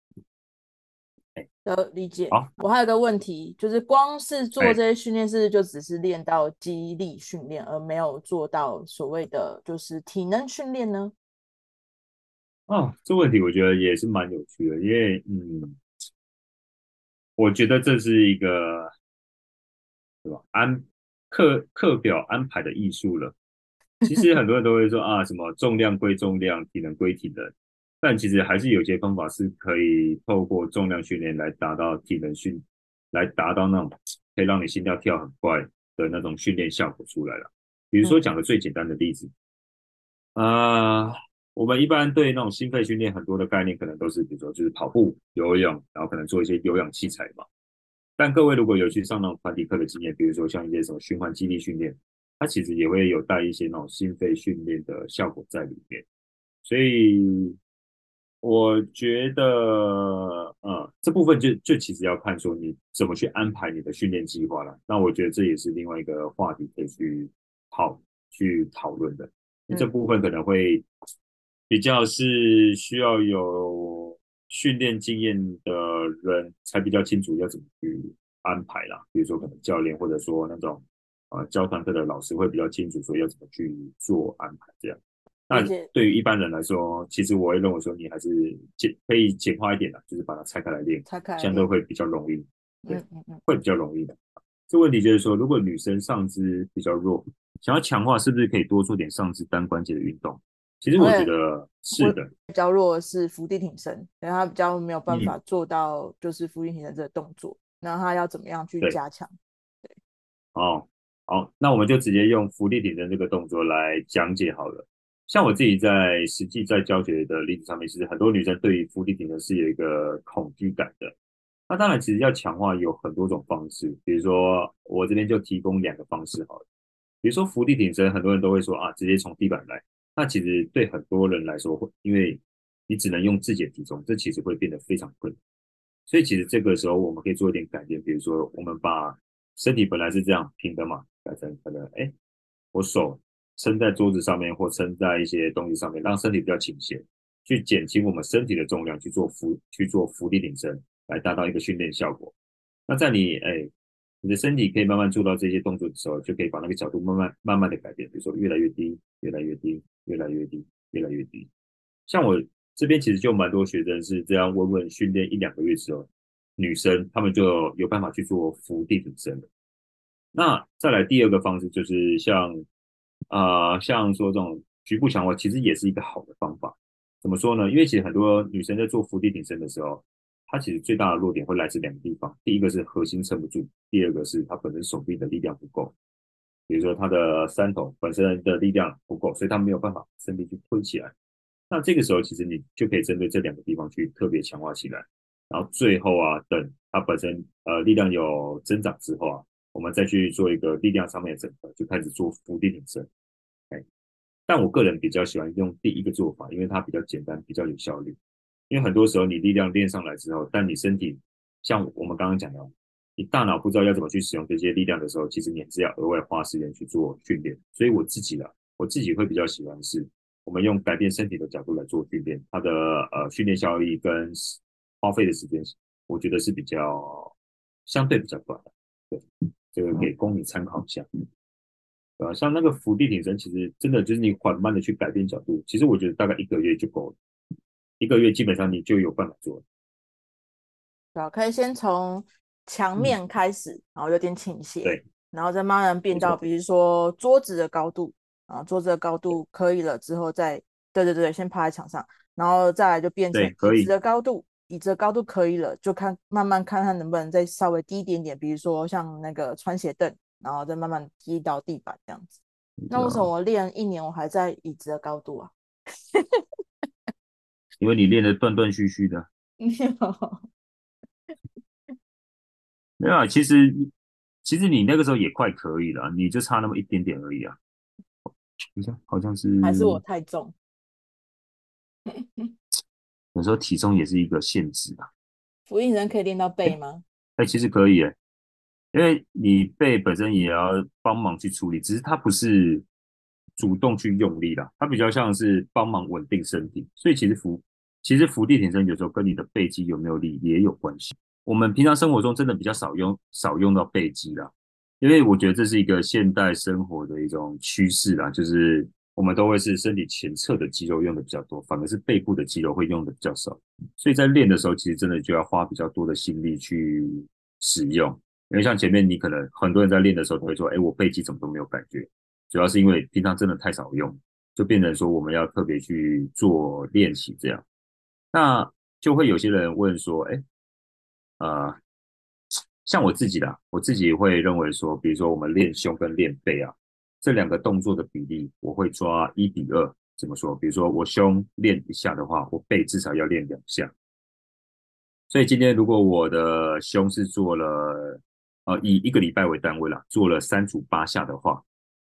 理解。 好。 我还有个问题，就是光是做哎， 这些训练，是就只是练到肌力训练，而没有做到所谓的就是体能训练呢？ 这问题我觉得也是蛮有趣的，因为我觉得这是一个对吧课表安排的艺术了。其实很多人都会说什么重量归重量，体能归体能，但其实还是有些方法是可以透过重量训练来达到体能来达到那种可以让你心跳跳很快的那种训练效果出来了。比如说讲个最简单的例子，呃，我们一般对那种心肺训练很多的概念，可能都是比如说就是跑步、游泳，然后可能做一些有氧器材嘛。但各位如果有去上那种团体课的经验，比如说像一些什么循环肌力训练，它其实也会有带一些那种心肺训练的效果在里面。所以我觉得，这部分就其实要看说你怎么去安排你的训练计划了。那我觉得这也是另外一个话题可以讨去讨论的。这嗯， 部分可能会比较是需要有训练经验的人才比较清楚要怎么去安排啦。比如说可能教练或者说那种教团课的老师会比较清楚说要怎么去做安排这样。那理解， 对于一般人来说，其实我会认为说，你还是可以简化一点的，就是把它拆开来练， 拆开来练。 相对会比较容易，对， 嗯嗯嗯， 会比较容易的。这问题就是说，如果女生上肢比较弱，想要强化，是不是可以多做点上肢单关节的运动？其实我觉而且得是我的， 比较弱的是伏地挺身，因为他比较没有办法嗯， 做到就是伏地挺身这个动作，那他要怎么样去对， 加强？ 哦，好，那我们就直接用伏地挺身这个动作来讲解好了。像我自己实际在教学的例子上面，其实很多女生对于伏地挺身是有一个恐惧感的。那当然，其实要强化有很多种方式，比如说我这边就提供两个方式好了。比如说伏地挺身，很多人都会说啊，直接从地板来。那其实对很多人来说，因为你只能用自己的体重，这其实会变得非常困难。所以其实这个时候我们可以做一点改变，比如说我们把身体本来是这样平的嘛，改成可能我手撑在桌子上面或撑在一些东西上面，让身体比较倾斜，去减轻我们身体的重量，去做伏地挺身，来达到一个训练效果。那在你的身体可以慢慢做到这些动作的时候，就可以把那个角度慢慢的改变，比如说越来越低，越来越低，越来越低，越来越低。像我这边其实就蛮多学生是这样稳稳训练一两个月之后，女生她们就有办法去做伏地挺身了。那再来第二个方式就是像说这种局部强化，其实也是一个好的方法。怎么说呢？因为其实很多女生在做伏地挺身的时候，她其实最大的弱点会来自两个地方，第一个是核心撑不住，第二个是她本身手臂的力量不够。比如说她的三头本身的力量不够，所以她没有办法身体去推起来。那这个时候，其实你就可以针对这两个地方去特别强化起来，然后最后等它本身力量有增长之后我们再去做一个力量上面的整合，就开始做伏地挺身。哎，但我个人比较喜欢用第一个做法，因为它比较简单，比较有效率。因为很多时候你力量练上来之后，但你身体像我们刚刚讲的，你大脑不知道要怎么去使用这些力量的时候，其实你还是要额外花时间去做训练。所以我自己会比较喜欢是，我们用改变身体的角度来做训练，它的训练效益跟花费的时间，我觉得是相对比较短的。对，这个可以供你参考一下。像那个伏地挺身，其实真的就是你缓慢的去改变角度，其实我觉得大概一个月就够了，一个月基本上你就有办法做了。 对啊，可以先从墙嗯， 面开始，然后有点倾斜， 对， 然后再慢慢变到， 没错， 比如说桌子的高度，啊，桌子的高度可以了之后再，对对对，先趴在墙上，然后再来就变成对， 椅子可以， 的高度，椅子的高度可以了，就慢慢看看能不能再稍微低一点点，比如说像那个穿鞋凳，然后再慢慢低到地板这样子。那为什么我练1年我还在椅子的高度啊？ 因为你练得断断续续的。没有啊，其实你那个时候也快可以了，你就差那么一点点而已啊。好像是还是我太重？ 有时候体重也是一个限制啊。 俯卧撑可以练到背吗？ 其实可以耶，因为你背本身也要帮忙去处理，只是它不是主动去用力啦，它比较像是帮忙稳定身体。所以其实伏地挺身有时候跟你的背肌有没有力也有关系。我们平常生活中真的比较少用到背肌啦，因为我觉得这是一个现代生活的一种趋势啦，就是我们都会是身体前侧的肌肉用的比较多，反而是背部的肌肉会用的比较少。所以在练的时候，其实真的就要花比较多的心力去使用。因为像前面你可能很多人在练的时候都会说，我背肌怎么都没有感觉，主要是因为平常真的太少用，就变成说我们要特别去做练习这样。那就会有些人问说，呃，像我自己啦，我自己会认为说，比如说我们练胸跟练背这两个动作的比例，我会抓1:2。怎么说？比如说我胸练一下的话，我背至少要练2下。所以今天如果我的胸是做了以一个礼拜为单位啦，做了3组8下的话，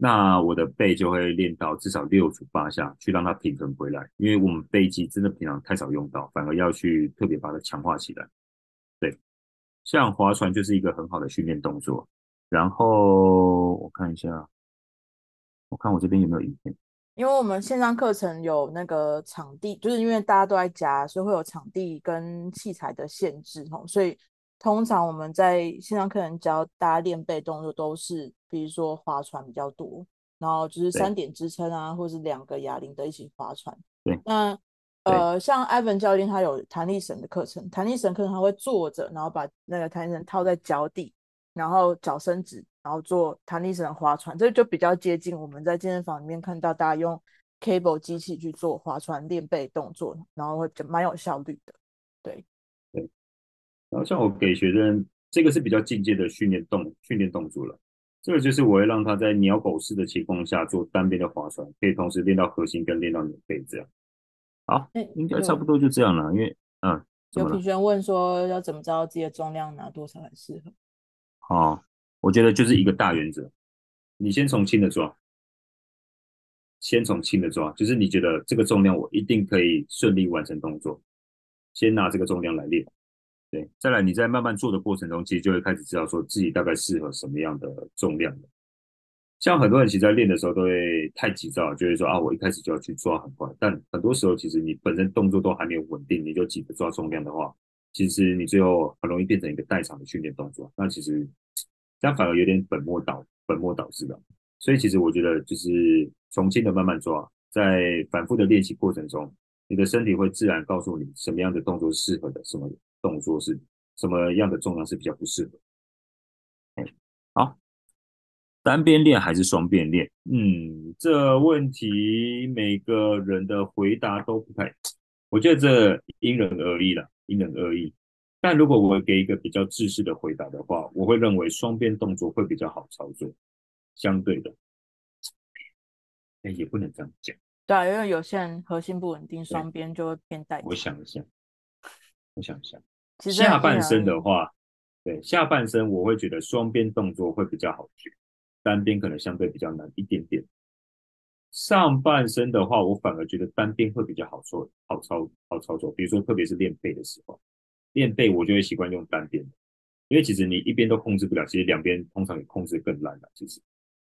那我的背就会练到至少6组8下，去让它平衡回来。因为我们背肌真的平常太少用到，反而要去特别把它强化起来。对，像划船就是一个很好的训练动作。然后我看一下，我看我这边有没有影片。 因为我们线上课程有那个场地，就是因为大家都在家，所以会有场地跟器材的限制吼，所以通常我们在线上课程教大家练背动作都是，比如说划船比较多，然后就是对 3点支撑啊，或是2个哑铃的一起划船。 对那对像 Ivan 教练他有弹力绳的课程，弹力绳课程他会坐着，然后把那个弹力绳套在脚底，然后脚伸直，然后做弹力绳的划船，这就比较接近我们在健身房里面看到大家用 cable 机器去做划船练背动作，然后会蛮有效率的。对， 对。然后像我给学生，这个是比较进阶的训练动作了。这个就是我会让他在鸟狗式的情况下做单边的划船，可以同时练到核心跟练到你的背这样。好， 哎， 应该差不多就这样了。因为怎有么了？ 品轩问说要怎么知道自己的重量拿多少很适合？ 哦，我觉得就是一个大原则，你先从轻的抓，先从轻的抓，就是你觉得这个重量我一定可以顺利完成动作，先拿这个重量来练。对，再来你在慢慢做的过程中，其实就会开始知道说自己大概适合什么样的重量的。像很多人其实在练的时候都会太急躁，就会说啊，我一开始就要去抓很快。但很多时候其实你本身动作都还没有稳定，你就急着抓重量的话，其实你最后很容易变成一个代偿的训练动作。那其实这样反而有点本末倒置了。所以其实我觉得就是从轻的慢慢抓，在反复的练习过程中，你的身体会自然告诉你什么样的动作是适合的，什么动作是什么样的重量是比较不适合。好，单边练还是双边练？这问题每个人的回答都不太，我觉得这因人而异啦，因人而异。但如果我给一个比较制式的回答的话，我会认为双边动作会比较好操作，相对的，也不能这样讲。 对啊，因为有些人核心不稳定， 对， 双边就会偏代偿。 我想一下，我想一下， 其实真的因下半人而异。 身的话，对，下半身我会觉得双边动作会比较好学，单边可能相对比较难一点点。上半身的话，我反而觉得单边会比较好操作。比如说，特别是练背的时候，练背我就会习惯用单边，因为其实你一边都控制不了，其实两边通常也控制更烂了。其实，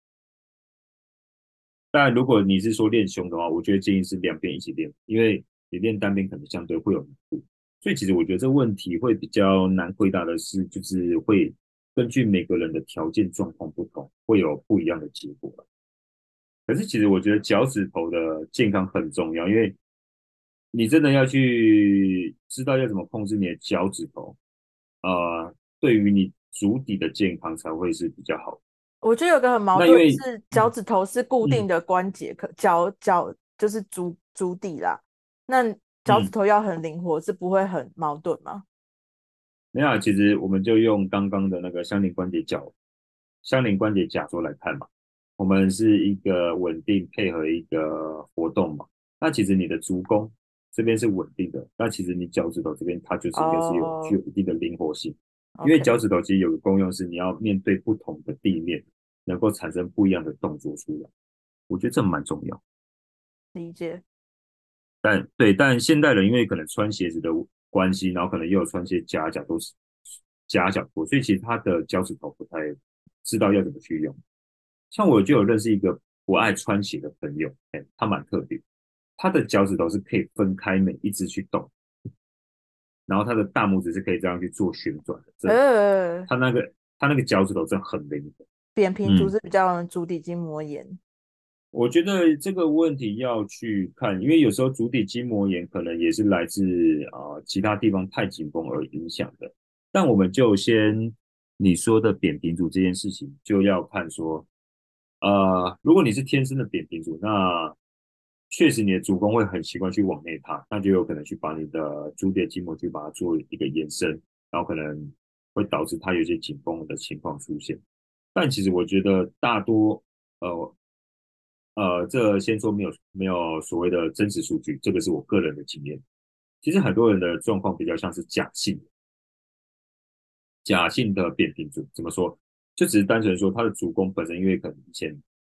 但如果你是说练胸的话，我觉得建议是两边一起练，因为你练单边可能相对会有难度。所以其实我觉得这个问题会比较难回答的是，就是会根据每个人的条件状况不同，会有不一样的结果。可是其实我觉得脚趾头的健康很重要，因为你真的要去知道要怎么控制你的脚趾头，对于你足底的健康才会是比较好的。 我觉得有个很矛盾那因为， 是脚趾头是固定嗯的关节，脚就是足底啦。那脚趾嗯， 头要很灵活，是不会很矛盾吗？ 没有啊，其实我们就用刚刚的那个相邻关节假说来看嘛，我们是一个稳定配合一个活动嘛。那其实你的足弓这边是稳定的，那其实你脚趾头这边它就是应该是具哦有一定的灵活性。因为 ，OK， 脚趾头其实有个功用是你要面对不同的地面，能够产生不一样的动作出来。我觉得这蛮重要。 理解。 但现代人因为可能穿鞋子的关系，然后可能又有穿些夹脚，都是夹脚拖，所以其实他的脚趾头不太知道要怎么去用。像我就有认识一个不爱穿鞋的朋友，他蛮特别，他的脚趾头是可以分开每一只去动，然后他的大拇指是可以这样去做旋转的， 呃， 他那个脚趾头真的很灵活。 扁平足嗯， 是比较容易足底筋膜炎。 我觉得这个问题要去看，因为有时候足底筋膜炎可能也是来自其他地方太紧绷而影响的。但我们就先你说的扁平足这件事情，就要看说，如果你是天生的扁平足，那确实你的足弓会很习惯去往内塌，那就有可能去把你的足底筋膜去把它做一个延伸，然后可能会导致它有一些紧绷的情况出现。但其实我觉得大多呃这先说没有所谓的真实数据，这个是我个人的经验。其实很多人的状况比较像是假性的扁平足，怎么说？就只是单纯说他的足弓本身，因为可能以前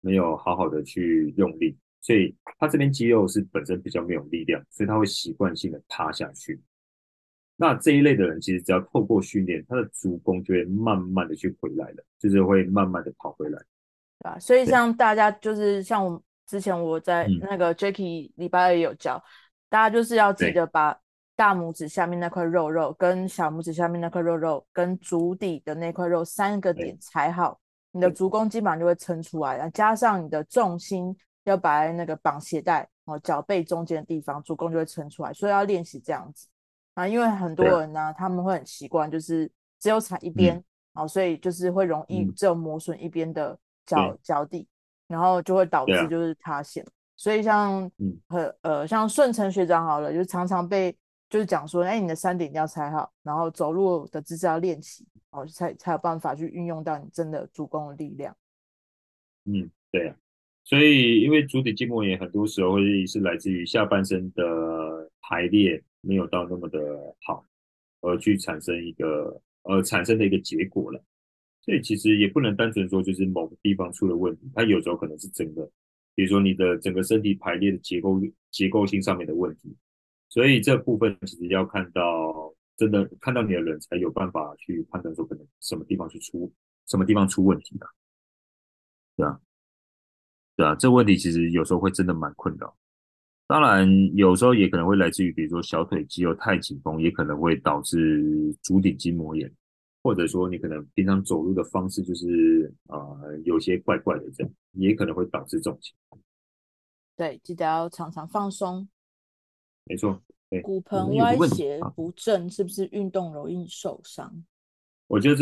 没有好好的去用力，所以他这边肌肉是本身比较没有力量，所以他会习惯性的塌下去。那这一类的人，其实只要透过训练，他的足弓就会慢慢的去回来了，就是会慢慢的跑回来。 对吧？所以对， 像大家就是像我之前我在嗯， 那个 Jacky 礼拜二也有教，大家就是要记对， 得把大拇指下面那块肉肉跟小拇指下面那块肉肉跟足底的那块肉3个点对， 踩好，你的对， 足弓基本上就会撑出来了，加上你的重心要摆在那个绑鞋带脚背中间的地方，足弓就会撑出来，所以要练习这样子啊，因为很对啊， 多人呢，他们会很习惯就是只有踩一边。 嗯， 所以就是会容易嗯， 只有磨损一边的对， 脚底，然后就会导对啊， 致就是塌陷。所以嗯， 像顺成学长好了，就常常被就是讲说，哎，你的3点一定要踩好，然后走路的姿势要练习，才有办法去运用到你真的主攻的力量。 嗯，对啊。所以，因为足底筋膜炎很多时候会是来自于下半身的排列没有到那么的好，而去产生的一个结果了。所以其实也不能单纯说就是某个地方出了问题，它有时候可能是整个，比如说你的整个身体排列的结构性上面的问题。所以这部分其实要真的看到你的人才有办法去判断说可能什么地方出问题的，对啊，对啊，这个问题其实有时候会真的蛮困扰。当然，有时候也可能会来自于，比如说小腿肌肉太紧绷，也可能会导致足底筋膜炎，或者说你可能平常走路的方式就是有些怪怪的这样，也可能会导致这种情况。 对，记得要常常放松。 没错，对， 骨我们盆歪有个问题啊， 斜不正是不是运动容易受伤？ 我觉得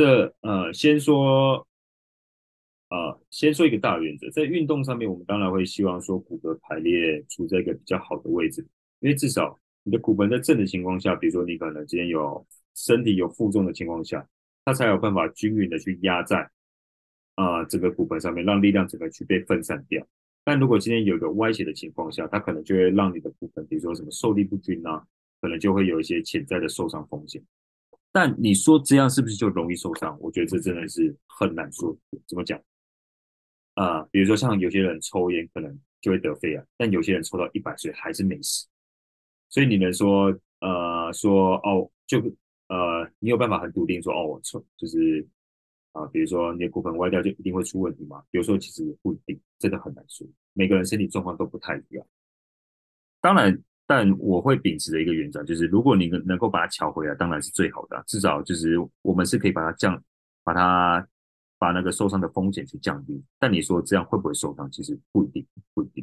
先说一个大原则，在运动上面，我们当然会希望说骨骼排列处在一个比较好的位置，因为至少你的骨盆在正的情况下，比如说你可能今天身体有负重的情况下，它才有办法均匀的去压在整个骨盆上面，让力量整个去被分散掉。但如果今天有一个歪斜的情况下，它可能就会让你的骨盆，比如说什么受力不均啊，可能就会有一些潜在的受伤风险。但你说这样是不是就容易受伤？我觉得这真的是很难说。怎么讲？比如说像有些人抽烟可能就会得肺癌，但有些人抽到100岁还是没事。所以你能说哦，你有办法很笃定说哦，我抽就是比如说你的骨盆歪掉就一定会出问题吗？有时候其实也不一定，真的很难说，每个人身体状况都不太一样。当然，但我会秉持的一个原则就是，如果你能够把它调回来，当然是最好的啊至少就是我们是可以把它把那个受伤的风险去降低。但你说这样会不会受伤？其实不一定，不一定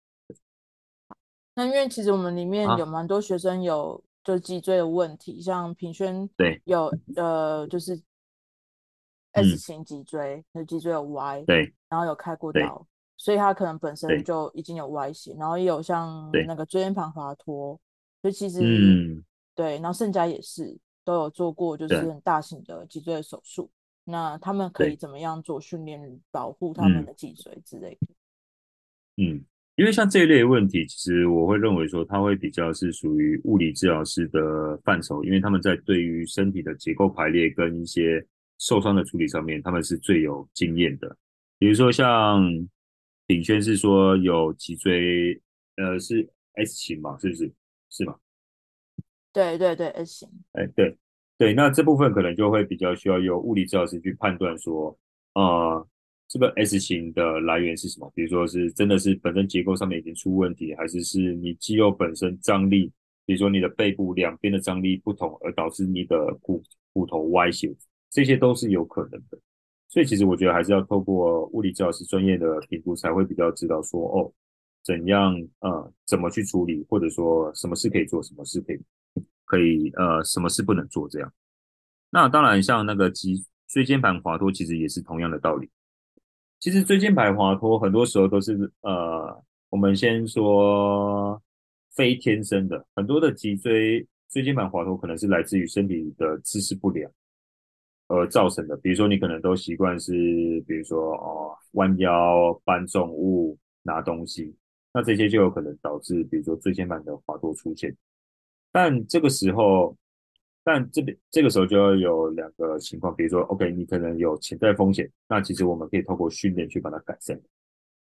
那因为其实我们里面有啊。 蛮多学生有就脊椎的问题，像品轩对， 有就是 S 嗯， 型脊椎，就脊椎有歪， 对， 然后有开过对， 刀，所以他可能本身对， 就已经有歪斜，然后也有像对， 那个椎间盘滑脱，所以其实嗯， 对，然后肾家也是都有做过就是对， 很大型的脊椎的手术，那他们可以对， 怎么样做训练保护他们嗯， 的脊椎之类的？ 嗯，因为像这一类的问题，其实我会认为说，它会比较是属于物理治疗师的范畴，因为他们在对于身体的结构排列跟一些受伤的处理上面，他们是最有经验的。比如说像炳轩是说有脊椎，是 S 型嘛，是不是？是吗？ 对对对，S 型。 哎，对，对，那这部分可能就会比较需要由物理治疗师去判断说，这个 S 型的来源是什么？比如说是真的是本身结构上面已经出问题，还是你肌肉本身张力，比如说你的背部两边的张力不同，而导致你的骨头歪斜，这些都是有可能的。所以其实我觉得还是要透过物理治疗师专业的评估，才会比较知道说，哦，怎么去处理，或者说什么事可以做，什么事什么事不能做这样。那当然，像那个椎间盘滑脱，其实也是同样的道理。其实椎间盘滑脱很多时候都是我们先说非天生的，很多的椎间盘滑脱可能是来自于身体的姿势不良而造成的。比如说你可能都习惯是，比如说弯腰搬重物拿东西，那这些就有可能导致比如说椎间盘的滑脱出现。但这个时候，这个时候就要有两个情况，比如说，OK，你可能有潜在风险，那其实我们可以透过训练去把它改善。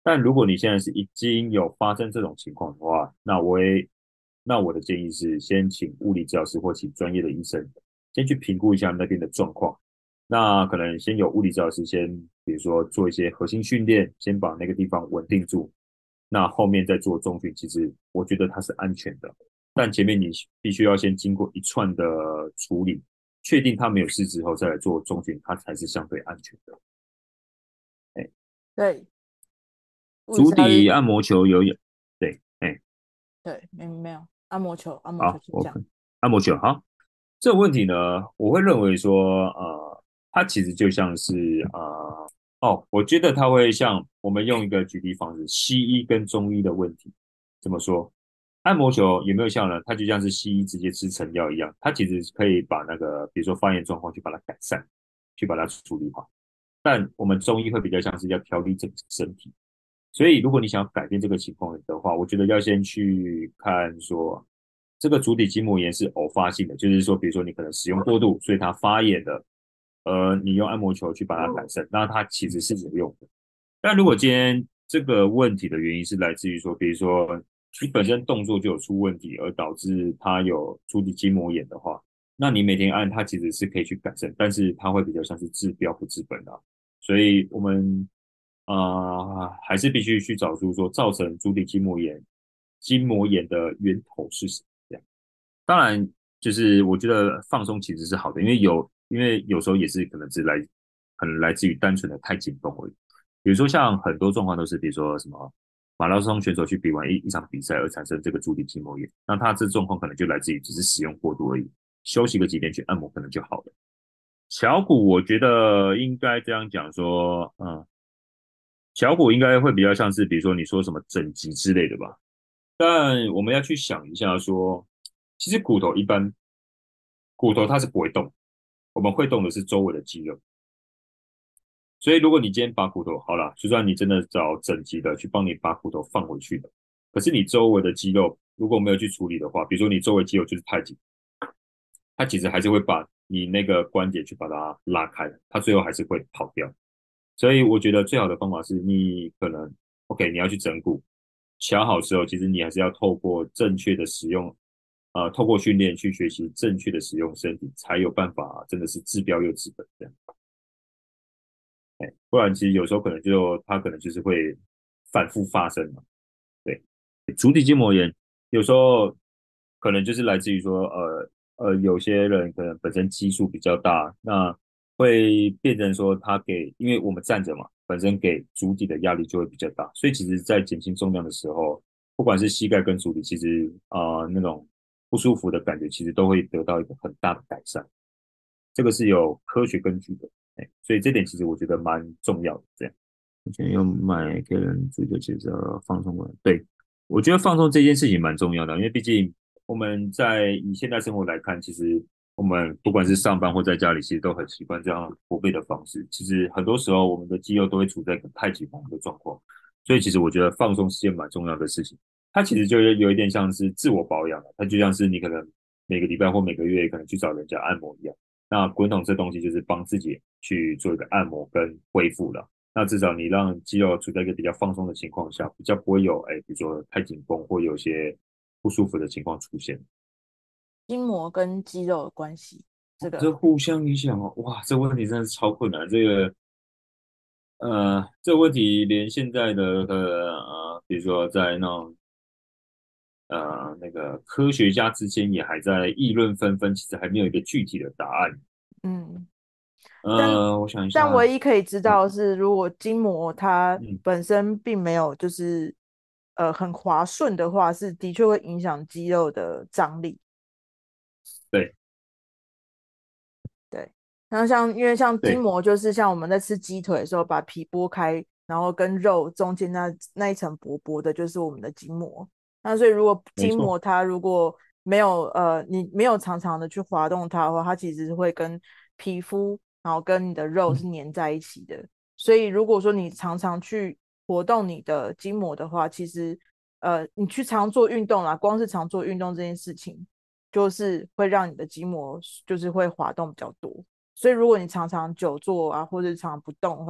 但如果你现在是已经有发生这种情况的话，那我的建议是先请物理治疗师或请专业的医生先去评估一下那边的状况。那可能先有物理治疗师先，比如说做一些核心训练，先把那个地方稳定住。那后面再做重训，其实我觉得它是安全的。但前面你必须要先经过一串的处理，确定它没有事之后再来做重训，它才是相对安全的。哎， 对，物理足治疗师底按摩球有氧，对，哎， 对，没有按摩球好先讲。 ，OK，按摩球好。这个问题呢，我会认为说，它其实就像是我觉得它会像我们用一个举例方式，西医跟中医的问题。怎么说？按摩球有没有效呢？它就像是西医直接吃成药一样，它其实可以把那个比如说发炎状况去把它改善，去把它处理好。但我们中医会比较像是要调理整个身体。所以，如果你想要改变这个情况的话，我觉得要先去看说，这个足底筋膜炎是偶发性的，就是说，比如说你可能使用过度，所以它发炎了，你用按摩球去把它改善，那它其实是有用的。但如果今天这个问题的原因是来自于说，比如说你本身动作就有出问题，而导致它有足底筋膜炎的话，那你每天按它其实是可以去改善，但是它会比较像是治标不治本啊。所以我们还是必须去找出说造成足底筋膜炎的源头是什么。这样，当然就是我觉得放松其实是好的，因为有时候也是可能来自于单纯的太紧绷而已。比如说像很多状况都是，比如说什么马拉松选手去比完一场比赛而产生这个足底筋膜炎，那他这状况可能就来自于只是使用过度而已，休息个几天去按摩可能就好了。小骨我觉得应该这样讲说，小骨应该会比较像是，比如说你说什么整脊之类的吧。但我们要去想一下说，其实骨头它是不会动，我们会动的是周围的肌肉。所以如果你今天把骨头好了，就算你真的找整脊的去帮你把骨头放回去的，可是你周围的肌肉如果没有去处理的话，比如说你周围肌肉就是太紧，它其实还是会把你那个关节去把它拉开，它最后还是会跑掉。所以我觉得最好的方法是你可能 OK，你要去整骨，调好之后，其实你还是要透过正确的使用，透过训练去学习正确的使用身体，才有办法真的是治标又治本这样。不然其实有时候它可能就是会反复发生嘛。对，足底筋膜炎有时候可能就是来自于说，有些人可能本身基数比较大，那会变成说因为我们站着嘛，本身给足底的压力就会比较大，所以其实在减轻重量的时候，不管是膝盖跟足底，其实那种不舒服的感觉，其实都会得到一个很大的改善，这个是有科学根据的。所以这点其实我觉得蛮重要的。这样，以前用买给人做一个介绍放松了，对，我觉得放松这件事情蛮重要的，因为毕竟我们以现代生活来看，其实我们不管是上班或在家里，其实都很习惯这样驼背的方式。其实很多时候我们的肌肉都会处在一个太紧绷的状况，所以其实我觉得放松是件蛮重要的事情。它其实就有一点像是自我保养了，它就像是你可能每个礼拜或每个月可能去找人家按摩一样。那滚筒这东西就是帮自己去做一个按摩跟恢复了。那至少你让肌肉处在一个比较放松的情况下，比较不会有比如说太紧绷或有些不舒服的情况出现。 筋膜跟肌肉的关系，这个这互相影响哦，哇，这个问题真的是超困难。这个问题连现在的比如说在那个科学家之间也还在议论纷纷，其实还没有一个具体的答案。 嗯，但我想一但唯下， 一可以知道的是，如果筋膜它嗯， 本身并没有就是很滑顺的话，是的确会影响肌肉的张力。 对对，然后因为像筋对， 膜，就是像我们在吃鸡腿的时候，把皮剥开，然后跟肉中间那一层薄薄的，就是我们的筋膜。那所以如果没错， 筋膜它如果没有你没有常常的去滑动它的话，它其实会跟皮肤，然后跟你的肉是粘在一起的。所以如果说你常常去活动你的筋膜的话，其实你去常做运动啦，光是常做运动这件事情。就是会让你的筋膜就是会滑动比较多。所以如果你常常久坐啊，或者常常不动的话，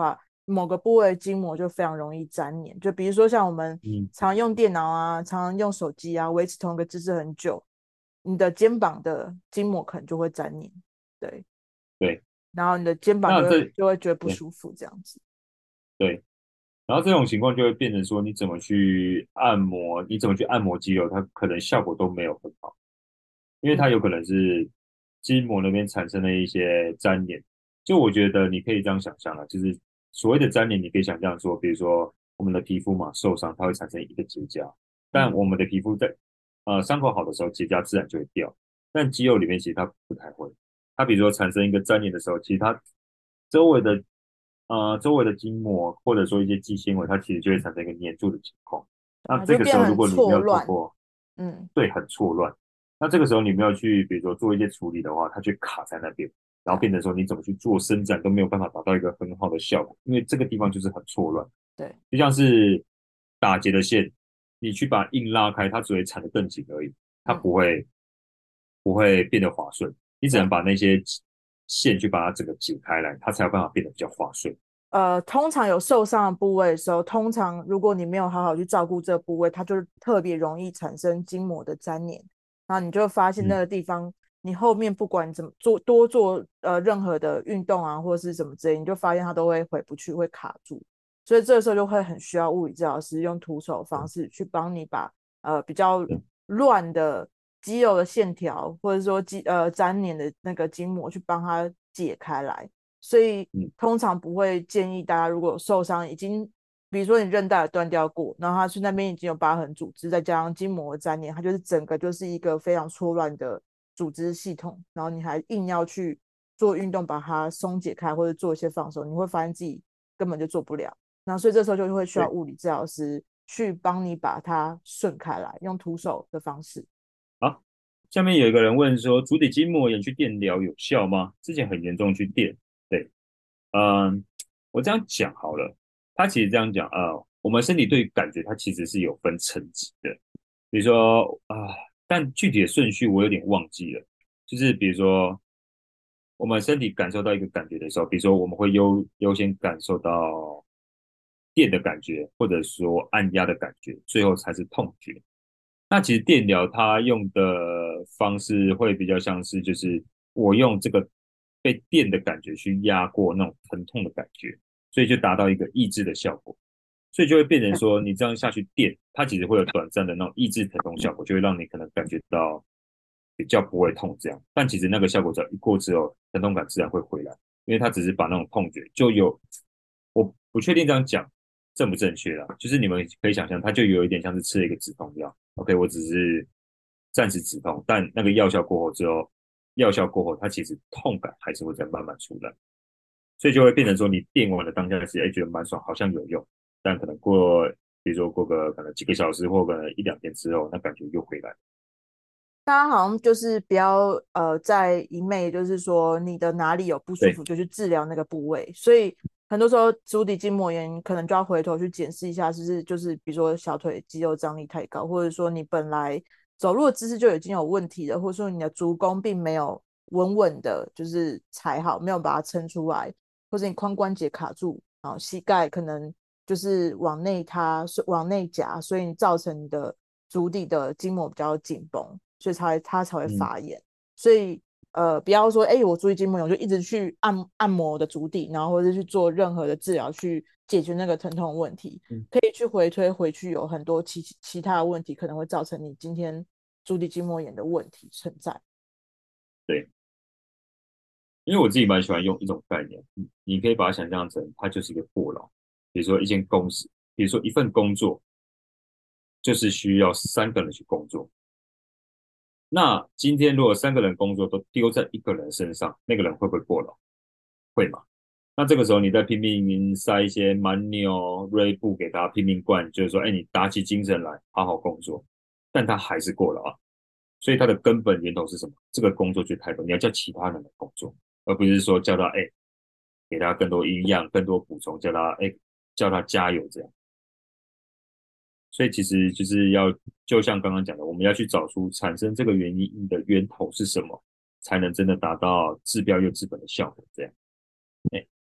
某个部位的筋膜就非常容易粘连。就比如说像我们常用电脑啊，常用手机啊，维持同一个姿势很久，你的肩膀的筋膜可能就会粘连，对对， 然后你的肩膀那就会觉得不对舒服这样子。 对，然后这种情况就会变成说，你怎么去按摩，你怎么去按摩肌肉，它可能效果都没有很好，因为它有可能是筋膜那边产生了一些粘连。就我觉得你可以这样想象啊，就是所谓的粘连，你可以想象说，比如说我们的皮肤嘛受伤，它会产生一个结痂，但我们的皮肤在伤口好的时候，结痂自然就会掉，但肌肉里面其实它不太会。它比如说产生一个粘连的时候，其实它周围的周围的筋膜或者说一些肌纤维，它其实就会产生一个黏住的情况。那它这个时候，如就变得很果你没有透错乱。 过嗯， 对很错乱，那这个时候你没有去比如说做一些处理的话，它就卡在那边，然后变成说你怎么去做伸展都没有办法达到一个很好的效果，因为这个地方就是很错乱， 对， 就像是打结的线，你去把硬拉开，它只会缠得更紧而已，它嗯， 不会变得滑顺，你只能对。 把那些线去把它整个解开来，它才有办法变得比较滑顺。 通常有受伤的部位的时候，通常如果你没有好好去照顾这个部位，它就特别容易产生筋膜的粘连。然后你就会发现那嗯， 个地方，你后面不管怎么做，多做任何的运动啊，或者是什么之类，你就发现它都会回不去，会卡住。所以这个时候就会很需要物理治疗师用徒手的方式去帮你把比较对乱的肌肉的线条，或者说粘连的那个筋膜去帮它解开来。所以嗯， 通常不会建议大家，如果有受伤已经，比如说你韧带断掉过，然后它去那边已经有疤痕组织，再加上筋膜的粘连，它就是整个就是一个非常错乱的组织系统，然后你还硬要去做运动把它松解开，或者做一些放松，你会发现自己根本就做不了。那所以这时候就会需要对。 物理治疗师去帮你把它顺开来，用徒手的方式。 好，下面有一个人问说，足底筋膜炎去电疗有效吗？之前很严重去电，对，嗯，我这样讲好了，他其实这样讲我们身体对于感觉它其实是有分层级的，比如说但具体的顺序我有点忘记了，就是比如说我们身体感受到一个感觉的时候，比如说我们会优先感受到电的感觉，或者说按压的感觉，最后才是痛觉。那其实电疗它用的方式会比较像是，就是我用这个被电的感觉去压过那种疼痛的感觉，所以就达到一个抑制的效果，所以就会变成说，你这样下去电，它其实会有短暂的那种抑制疼痛效果，就会让你可能感觉到比较不会痛这样。但其实那个效果只要一过之后，疼痛感自然会回来，因为它只是把那种痛觉就有，我不确定这样讲正不正确啦，就是你们可以想象，它就有一点像是吃了一个止痛药。OK，我只是暂时止痛，但那个药效过后，它其实痛感还是会再慢慢出来，所以就会变成说，你电完了当下是觉得蛮爽，好像有用，但可能比如说过个可能几个小时或可能一两天之后，那感觉又回来。 大家好像就是不要在一昧就是说你的哪里有不舒对服就去治疗那个部位，所以很多时候足底筋膜炎可能就要回头去检视一下，是不是就是比如说小腿肌肉张力太高，或者说你本来走路的姿势就已经有问题了，或者说你的足弓并没有稳稳的，就是踩好，没有把它撑出来，或者你髋关节卡住，然后膝盖可能就是往内塌、往内夹，所以你造成你的足底的筋膜比较紧绷。所以它才会嗯发炎。所以不要说我足底筋膜炎，我就一直去按摩我的足底，然后或者去做任何的治疗去解决那个疼痛的问题， 嗯， 可以去回推回去，有很多其他的问题可能会造成你今天足底筋膜炎的问题存在。 对，因为我自己蛮喜欢用一种概念，你可以把它想象成它就是一个过劳，比如说一件公司，比如说一份工作，就是需要3个人去工作。那今天如果3个人工作都丢在一个人身上，那个人会不会过劳？会嘛？那这个时候你再拼命塞一些蛮牛、锐步给他拼命灌，就是说，哎，你打起精神来，好好工作，但他还是过劳啊。所以他的根本源头是什么？这个工作就太多，你要叫其他人来工作，而不是说叫他给他更多营养、更多补充，叫他加油这样。所以其实就是就像刚刚讲的，我们要去找出产生这个原因的源头是什么，才能真的达到治标又治本的效果。这样，哎，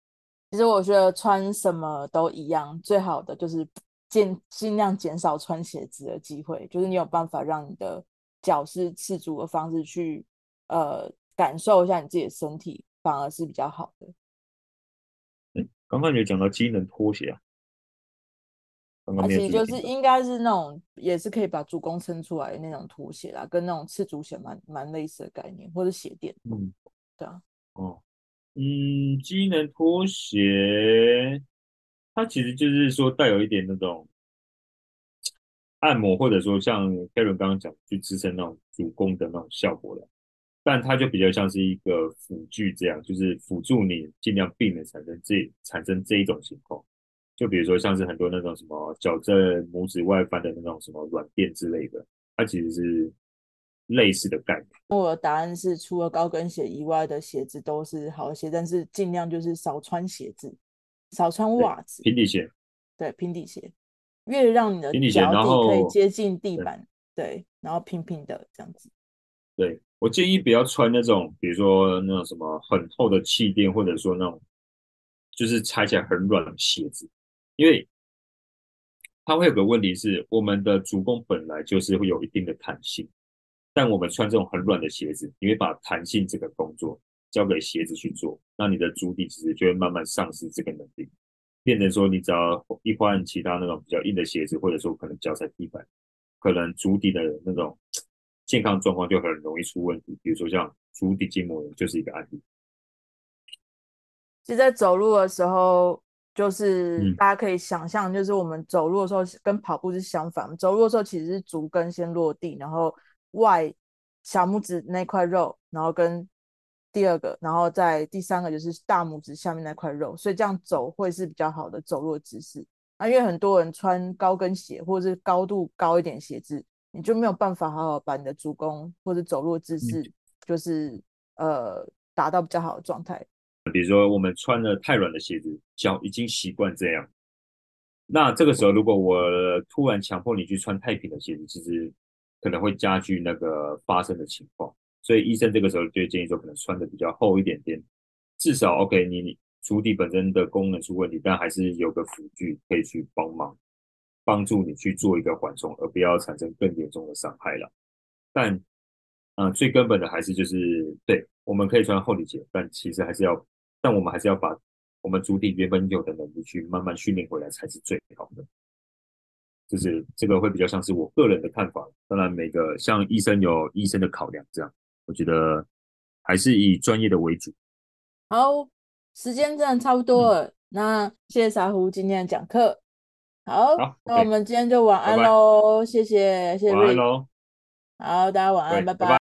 其实我觉得穿什么都一样，最好的就是尽量减少穿鞋子的机会，就是你有办法让你的脚是赤足的方式去感受一下你自己的身体，反而是比较好的。 刚刚有讲到机能拖鞋啊，刚刚它没有其实就是注意听到。 应该是那种也是可以把足弓撑出来的那种拖鞋啦，跟那种赤足鞋蛮类似的概念，或者鞋垫， 嗯， 对啊。 哦，机能拖鞋，它其实就是说带有一点那种按摩，或者说像 Karen 刚刚讲去支撑那种主攻的那种效果的，但它就比较像是一个辅具这样，就是辅助你尽量避免产生这一种情况。就比如说像是很多那种什么矫正拇指外翻的那种什么软垫之类的，它其实是类似的概念。 我的答案是，除了高跟鞋以外的鞋子都是好鞋，但是尽量就是少穿鞋子，少穿对， 袜子， 平底鞋， 对，平底鞋，越让你的平底鞋， 脚底可以然后接近地对板，对，然后平平的这样子。 对，我建议不要穿那种，比如说那种什么很厚的气垫，或者说那种就是踩起来很软的鞋子，因为它会有个问题是，我们的足弓本来就是会有一定的弹性，但我们穿这种很软的鞋子，你会把弹性这个工作交给鞋子去做，那你的足底其实就会慢慢丧失这个能力，变成说你只要一换其他那种比较硬的鞋子，或者说可能脚踩地板，可能足底的那种健康状况就很容易出问题，比如说像足底筋膜炎就是一个案例。 其实，在走路的时候，就是嗯， 大家可以想象，就是我们走路的时候跟跑步是相反，走路的时候其实是足跟先落地，然后外小拇指那块肉，然后跟第二个，然后在第三个就是大拇指下面那块肉，所以这样走会是比较好的走路的姿势。那因为很多人穿高跟鞋或者是高度高一点鞋子，你就没有办法好好把你的足弓或者走路的姿势，就是达到比较好的状态。 比如说我们穿了太软的鞋子，脚已经习惯这样，那这个时候如果我突然强迫你去穿太平的鞋子，其实可能会加剧那个发生的情况。所以医生这个时候就建议说，可能穿的比较厚一点点，至少 OK，你足底本身的功能出问题，但还是有个辅具可以去帮忙，帮助你去做一个缓冲，而不要产生更严重的伤害了。但最根本的还是就是，对，我们可以穿厚底鞋，但其实还是要，但我们还是要把我们足底原本有的能力去慢慢训练回来才是最好的。就是这个会比较像是我个人的看法，当然每个像医生有医生的考量，这样我觉得还是以专业的为主。 好，时间真的差不多嗯， 了，那谢谢傻胡今天的讲课。好， 好那我 ，OK， 们今天就晚安拜拜， 喽，谢谢晚安 Rick， 喽， 好，大家晚安， 对， 拜拜。 拜拜。